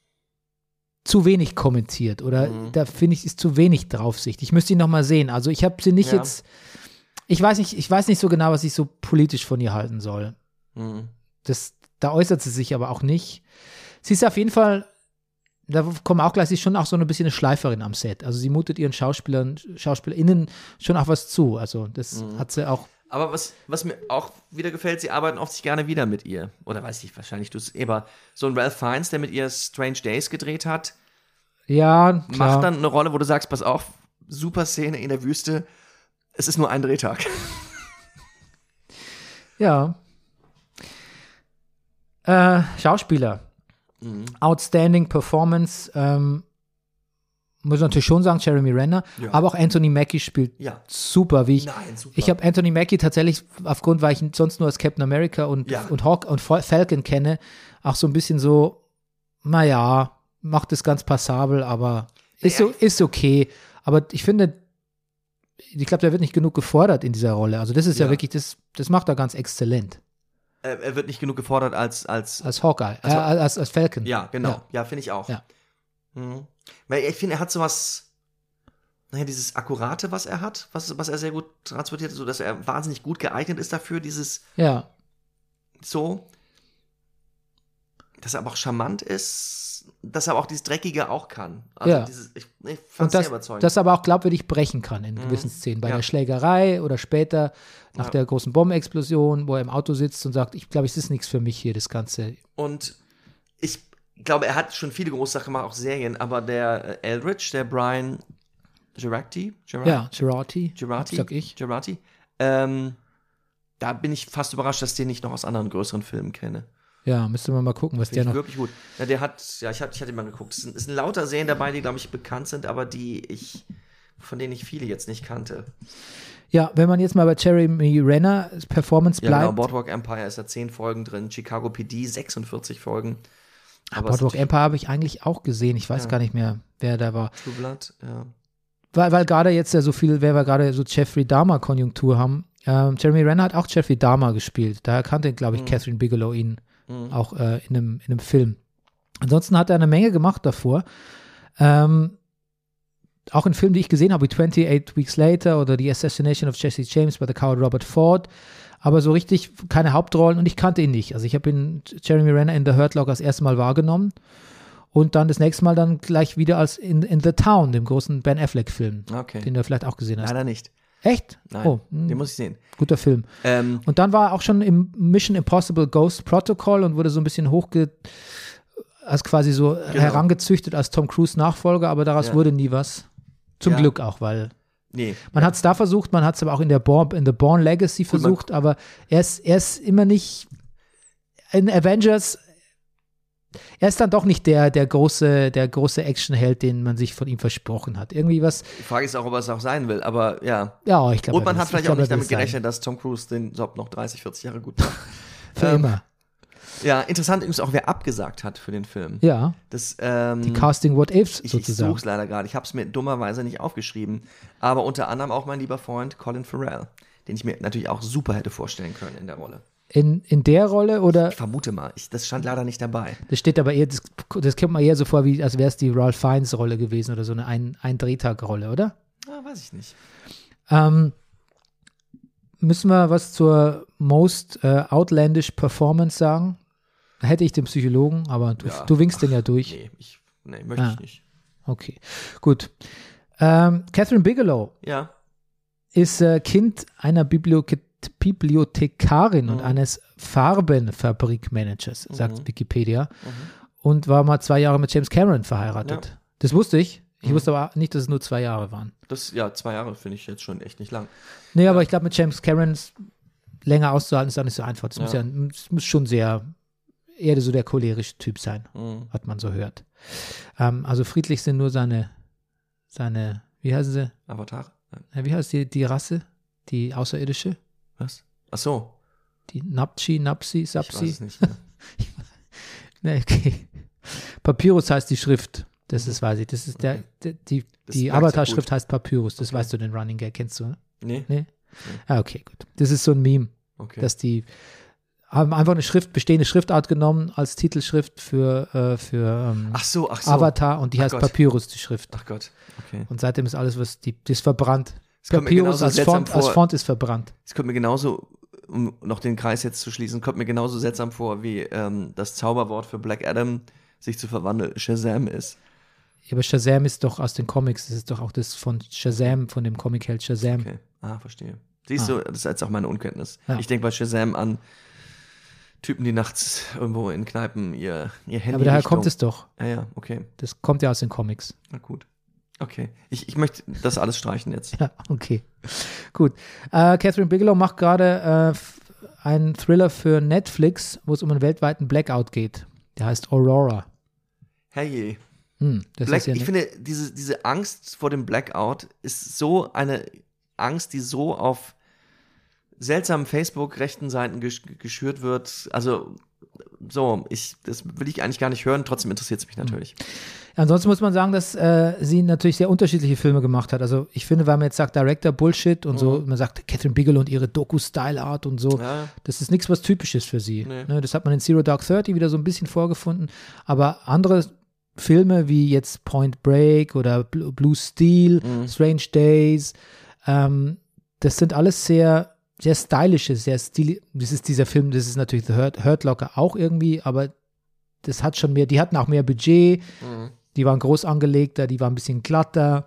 zu wenig kommentiert oder Mhm. da finde ich, ist zu wenig Draufsicht. Ich müsste ihn nochmal sehen. Also ich habe sie nicht Ja. jetzt, ich weiß nicht, ich weiß nicht so genau, was ich so politisch von ihr halten soll. Mhm. Das, da äußert sie sich aber auch nicht. Sie ist auf jeden Fall da kommen auch gleich, sie ist schon auch so ein bisschen eine Schleiferin am Set. Also sie mutet ihren Schauspielern, SchauspielerInnen schon auch was zu. Also das mhm. hat sie auch. Aber was, was mir auch wieder gefällt, sie arbeiten oft sich gerne wieder mit ihr. Oder weiß ich, wahrscheinlich du es, aber so ein Ralph Fiennes, der mit ihr Strange Days gedreht hat, ja, klar. macht dann eine Rolle, wo du sagst, pass auf, super Szene in der Wüste, es ist nur ein Drehtag. Ja. Äh, Schauspieler. Mhm. Outstanding Performance. Ähm, muss ich natürlich schon sagen, Jeremy Renner. Ja. Aber auch Anthony Mackie spielt ja. super. Wie ich Nein, super. ich habe Anthony Mackie tatsächlich, aufgrund, weil ich ihn sonst nur als Captain America und, ja. und Hawk und Falcon kenne, auch so ein bisschen so, naja, macht es ganz passabel, aber ist, ja. so, ist okay. Aber ich finde, ich glaube, der wird nicht genug gefordert in dieser Rolle. Also das ist ja, ja wirklich, das, das macht er ganz exzellent. Er wird nicht genug gefordert als als als Hawkeye, als, äh, als, als Falcon. Ja, genau. Ja, ja finde ich auch. Ja. Mhm. Weil ich finde, er hat sowas, naja, dieses Akkurate, was er hat, was, was er sehr gut transportiert, so dass er wahnsinnig gut geeignet ist dafür, dieses ja. so, dass er aber auch charmant ist, dass er aber auch dieses Dreckige auch kann. Also ja. dieses, ich, ich fand es sehr überzeugend. Das aber auch glaubwürdig brechen kann in mhm. gewissen Szenen. Bei ja. der Schlägerei oder später nach ja. der großen Bombenexplosion, wo er im Auto sitzt und sagt, ich glaube, es ist nichts für mich hier, das Ganze. Und ich glaube, er hat schon viele große Sachen gemacht, auch Serien, aber der Eldridge, der Brian Girardi, Girardi? Ja, Girardi, Girardi, sag ich. Girardi, ähm, da bin ich fast überrascht, dass ich den nicht noch aus anderen größeren Filmen kenne. Ja, müsste man mal gucken, was Finde der noch. Wirklich gut. Ja, der hat, ja, ich, hab, ich hatte mal geguckt. Es sind, es sind lauter Serien dabei, die, glaube ich, bekannt sind, aber die ich, von denen ich viele jetzt nicht kannte. Ja, wenn man jetzt mal bei Jeremy Renner Performance ja, bleibt. Genau, Boardwalk Empire ist da zehn Folgen drin, Chicago P D sechsundvierzig Folgen. Aber Boardwalk Empire habe ich eigentlich auch gesehen. Ich weiß ja. gar nicht mehr, wer da war. True Blood, ja. Weil, weil gerade jetzt ja so viel, wer wir gerade so Jeffrey Dahmer-Konjunktur haben. Ähm, Jeremy Renner hat auch Jeffrey Dahmer gespielt. Daher kannte, glaube ich, mhm. Catherine Bigelow ihn mhm. auch äh, in, einem, in einem Film. Ansonsten hat er eine Menge gemacht davor. Ähm, auch in Filmen, die ich gesehen habe, wie twenty-eight Weeks Later oder The Assassination of Jesse James by the Coward Robert Ford. Aber so richtig keine Hauptrollen und ich kannte ihn nicht. Also ich habe ihn, Jeremy Renner in The Hurt Locker das erste Mal wahrgenommen und dann das nächste Mal dann gleich wieder als in, in The Town, dem großen Ben Affleck-Film, okay. den du vielleicht auch gesehen hast. Leider nicht. Echt? Nein, oh, den muss ich sehen. Guter Film. Ähm, und dann war er auch schon im Mission Impossible Ghost Protocol und wurde so ein bisschen hochge... als quasi so genau. herangezüchtet als Tom Cruise Nachfolger, aber daraus ja. wurde nie was. Zum ja. Glück auch, weil nee. man hat es da versucht, man hat es aber auch in der Born, in The Bourne Legacy Gut, versucht, aber er ist, er ist immer nicht in Avengers, er ist dann doch nicht der, der große, der große Actionheld, den man sich von ihm versprochen hat. Irgendwie was. Die Frage ist auch, ob er es auch sein will, aber ja. Ja, ich glaube. Und man hat vielleicht auch nicht damit gerechnet, sein. dass Tom Cruise den Job noch dreißig, vierzig Jahre gut macht. Für ähm, immer. Ja, interessant übrigens auch, wer abgesagt hat für den Film. Ja. Das, ähm, die Casting What Ifs ich, sozusagen. Ich suche es leider gerade. Ich habe es mir dummerweise nicht aufgeschrieben. Aber unter anderem auch mein lieber Freund Colin Farrell, den ich mir natürlich auch super hätte vorstellen können in der Rolle. In, in der Rolle oder? Ich vermute mal. Ich, das stand leider nicht dabei. Das steht aber eher, das, das kommt mir eher so vor, wie als wäre es die Ralph Fiennes Rolle gewesen oder so eine ein, ein Drehtag-Rolle, oder? Ja, weiß ich nicht. Ähm, müssen wir was zur Most äh, Outlandish Performance sagen? Da hätte ich den Psychologen, aber du, ja. du winkst den ja durch. Nee, ich, nee möchte ah. ich nicht. Okay, gut. Ähm, Catherine Bigelow ja. ist äh, Kind einer Bibliothek Bibliothekarin mhm. und eines Farbenfabrikmanagers, sagt mhm. Wikipedia, mhm. und war mal zwei Jahre mit James Cameron verheiratet. Ja. Das wusste ich. Ich mhm. wusste aber nicht, dass es nur zwei Jahre waren. Das, ja, zwei Jahre finde ich jetzt schon echt nicht lang. Nee, ja. aber ich glaube, mit James Cameron länger auszuhalten, ist auch nicht so einfach. Das, ja. Muss, ja, das muss schon sehr, eher so der cholerische Typ sein, mhm. was man so hört. Ähm, also friedlich sind nur seine, seine, wie heißen sie? Avatar? Ja, wie heißt die, die Rasse? Die außerirdische? Was? Ach so. Die Napchi, Napsi, Sapsi? Ich weiß es nicht. Ja. Nee, okay. Papyrus heißt die Schrift. Das ist, weiß ich. Das ist der, der die, die Avatar-Schrift heißt Papyrus. Das okay. weißt du, den Running Gag. Kennst du? Ne? Nee. Nee? nee. Ah, okay, gut. Das ist so ein Meme. Okay. Dass die haben einfach eine Schrift, bestehende Schriftart genommen als Titelschrift für, äh, für ähm, ach so, ach so. Avatar und die ach heißt Gott. Papyrus, die Schrift. Ach Gott. Okay. Und seitdem ist alles, was die, das ist verbrannt. Das Papyrus als Font, als Font ist verbrannt. Es kommt mir genauso, um noch den Kreis jetzt zu schließen, kommt mir genauso seltsam vor wie ähm, das Zauberwort für Black Adam, sich zu verwandeln, Shazam ist. Ja, aber Shazam ist doch aus den Comics, das ist doch auch das von Shazam, von dem Comic-Held Shazam. Okay, ah, verstehe. Siehst Ah. du, das ist jetzt auch meine Unkenntnis. Ja. Ich denke bei Shazam an Typen, die nachts irgendwo in Kneipen ihr, ihr Handy Aber daher Richtung- kommt es doch. Ja, ja, okay. Das kommt ja aus den Comics. Na gut. Okay. Ich, ich möchte das alles streichen jetzt. Ja, okay. Gut. Äh, Catherine Bigelow macht gerade äh, f- einen Thriller für Netflix, wo es um einen weltweiten Blackout geht. Der heißt Aurora. Hey, Hm, das Black, ist ja ich ne- finde, diese, diese Angst vor dem Blackout ist so eine Angst, die so auf seltsamen Facebook-rechten Seiten gesch geschürt wird. Also, so, ich, das will ich eigentlich gar nicht hören, trotzdem interessiert es mich natürlich. Ansonsten muss man sagen, dass äh, sie natürlich sehr unterschiedliche Filme gemacht hat. Also ich finde, weil man jetzt sagt Director Bullshit und so, man sagt Catherine Bigelow und ihre Doku-Style-Art und so, Ja. das ist nichts, was Typisches für sie. Nee. Ne, das hat man in Zero Dark Thirty wieder so ein bisschen vorgefunden. Aber andere Filme wie jetzt Point Break oder Blue, Blue Steel, Mhm. Strange Days, ähm, das sind alles sehr sehr stylische, sehr stil. Das ist dieser Film, das ist natürlich The Hurt, Hurt Locker auch irgendwie, aber das hat schon mehr, die hatten auch mehr Budget, Mhm. die waren groß angelegter, die waren ein bisschen glatter,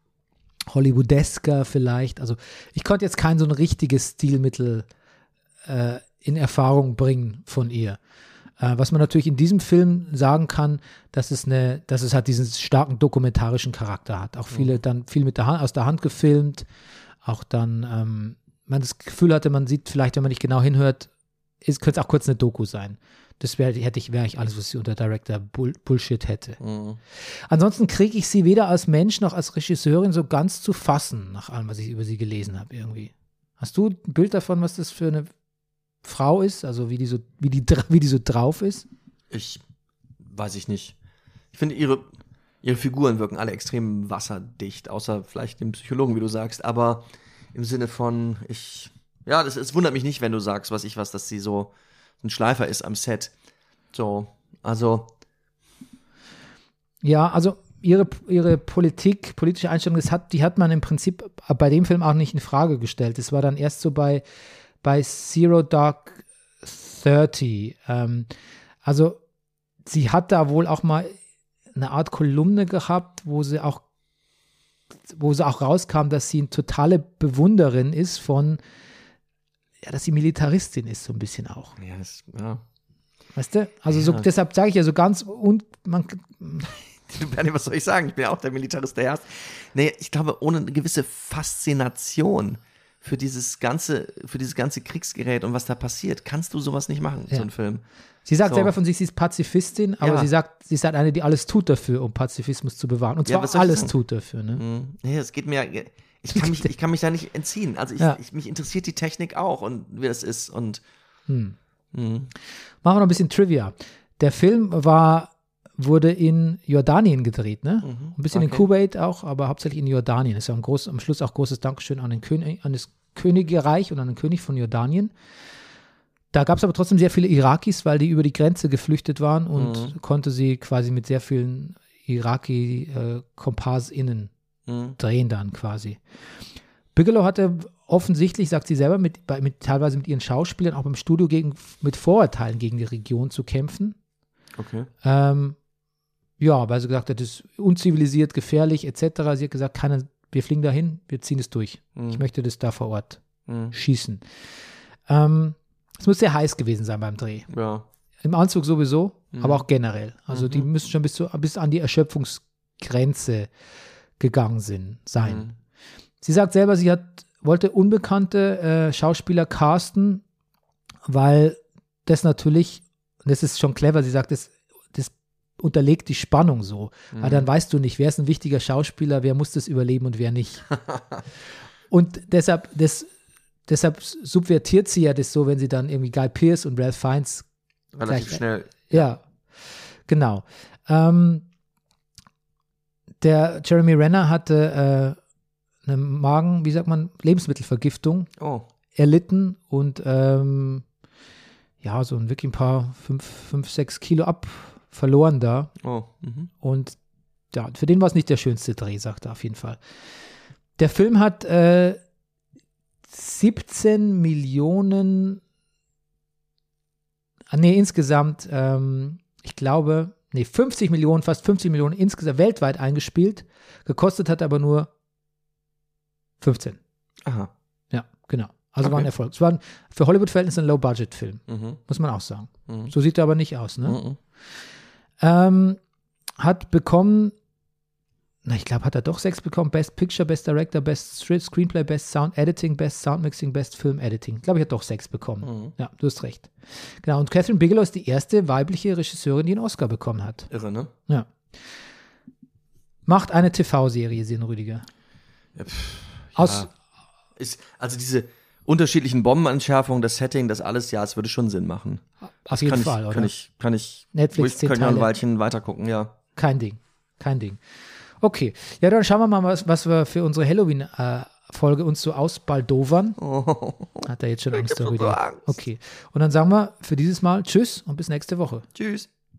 Hollywoodesker vielleicht. Also ich konnte jetzt kein so ein richtiges Stilmittel äh, in Erfahrung bringen von ihr. Äh, was man natürlich in diesem Film sagen kann, dass es eine, dass es halt diesen starken dokumentarischen Charakter hat. Auch viele dann viel mit der Hand, aus der Hand gefilmt, auch dann ähm, man das Gefühl hatte, man sieht vielleicht, wenn man nicht genau hinhört, ist, könnte es auch kurz eine Doku sein. Das wäre hätte ich, wäre ich alles, was sie unter Director Bull, Bullshit hätte. Mhm. Ansonsten kriege ich sie weder als Mensch noch als Regisseurin so ganz zu fassen, nach allem, was ich über sie gelesen habe irgendwie. Hast du ein Bild davon, was das für eine Frau ist? Also wie die so, wie die, dra- wie die so drauf ist? Ich weiß ich nicht. Ich finde, ihre, ihre Figuren wirken alle extrem wasserdicht, außer vielleicht dem Psychologen, wie du sagst, aber im Sinne von, ich, ja, das, es wundert mich nicht, wenn du sagst, was ich was, dass sie so ein Schleifer ist am Set. So, also, Ja, also ihre, ihre Politik, politische Einstellung, das hat, die hat man im Prinzip bei dem Film auch nicht in Frage gestellt. Das war dann erst so bei, bei Zero Dark Thirty. Ähm, also sie hat da wohl auch mal eine Art Kolumne gehabt, wo sie auch wo sie auch rauskam, dass sie eine totale Bewunderin ist von, ja, dass sie Militaristin ist, so ein bisschen auch. ja, das, ja. Weißt du? Also so, Ja. deshalb sage ich ja so ganz, und man, Du, Bernie, was soll ich sagen? Ich bin ja auch der Militarist, der herrscht. Nee, ich glaube, ohne eine gewisse Faszination für dieses ganze, für dieses ganze Kriegsgerät und was da passiert, kannst du sowas nicht machen, Ja. so einen Film. sie sagt So. selber von sich, sie ist Pazifistin, aber Ja. sie sagt, sie ist halt eine, die alles tut dafür, um Pazifismus zu bewahren. Und Ja, zwar was soll ich alles sagen? tut dafür, ne? Mhm. Nee, es geht mir, ich kann mich, ich kann mich da nicht entziehen. Also ich, Ja. ich, mich interessiert die Technik auch und wie das ist und Hm. mhm. Machen wir noch ein bisschen Trivia. Der Film war, wurde in Jordanien gedreht, ne? Mhm. Ein bisschen in Okay. Kuwait auch, aber hauptsächlich in Jordanien. Ist ja am, groß, am Schluss auch großes Dankeschön an, den König, an das Königreich und an den König von Jordanien. Da gab es aber trotzdem sehr viele Irakis, weil die über die Grenze geflüchtet waren und Mhm. konnte sie quasi mit sehr vielen Iraki-KompassInnen Mhm. drehen dann quasi. Bigelow hatte offensichtlich, sagt sie selber, mit, bei- mit, teilweise mit ihren Schauspielern auch im Studio gegen, mit Vorurteilen gegen die Region zu kämpfen. Okay. Ähm, ja, weil sie gesagt hat, das ist unzivilisiert, gefährlich et cetera. Sie hat gesagt, keiner, wir fliegen dahin, wir ziehen es durch. Mhm. Ich möchte das da vor Ort Mhm. schießen. Ähm, es muss sehr heiß gewesen sein beim Dreh. Ja. Im Anzug sowieso, Mhm. aber auch generell. Also die Mhm. müssen schon bis, zu, bis an die Erschöpfungsgrenze gegangen sind, sein. Mhm. Sie sagt selber, sie hat, wollte unbekannte äh, Schauspieler casten, weil das natürlich, das ist schon clever, sie sagt, das, das unterlegt die Spannung so. Mhm. Weil dann weißt du nicht, wer ist ein wichtiger Schauspieler, wer muss das überleben und wer nicht. Und deshalb, das, deshalb subvertiert sie ja das so, wenn sie dann irgendwie Guy Pearce und Ralph Fiennes, Relativ Gleich- schnell. ja, genau. Ähm, der Jeremy Renner hatte äh, eine Magen, wie sagt man, Lebensmittelvergiftung Oh. erlitten und ähm, ja, so ein wirklich ein paar, fünf, fünf, sechs Kilo ab verloren da. Oh. Mhm. Und ja, für den war es nicht der schönste Dreh, sagt er auf jeden Fall. Der Film hat äh, siebzehn Millionen, ah, nee, insgesamt, ähm, ich glaube, nee, fünfzig Millionen, fast fünfzig Millionen insgesamt weltweit eingespielt. Gekostet hat aber nur fünfzehn. Aha. Ja, genau. Also Okay. war ein Erfolg. Es war ein, für Hollywood-Verhältnisse ein Low-Budget-Film, Mhm. muss man auch sagen. Mhm. So sieht er aber nicht aus, ne? Mhm. Ähm, hat bekommen, na, ich glaube, hat er doch sechs bekommen. Best Picture, Best Director, Best Screenplay, Best Sound Editing, Best Sound Mixing, Best Film Editing. Ich glaube, ich hat doch sechs bekommen. Mhm. Ja, du hast recht. Genau, und Catherine Bigelow ist die erste weibliche Regisseurin, die einen Oscar bekommen hat. Irre, ne? Ja. Macht eine T V-Serie, Sinn Rüdiger. Ja, pff, Aus, ja. Ist, also diese unterschiedlichen Bombenentschärfungen, das Setting, das alles, ja, es würde schon Sinn machen. auf jeden kann Fall, ich, oder? Kann ich, kann ich, Netflix, ich zehn kann ja ein Teile. Weilchen weitergucken, ja. Kein Ding. Kein Ding. Okay. Ja, dann schauen wir mal, was, was wir für unsere Halloween-Folge uns so ausbaldowern. Oh. Hat er jetzt schon Angst, hab der so Rüdiger. Angst. Okay. Und dann sagen wir für dieses Mal Tschüss und bis nächste Woche. Tschüss.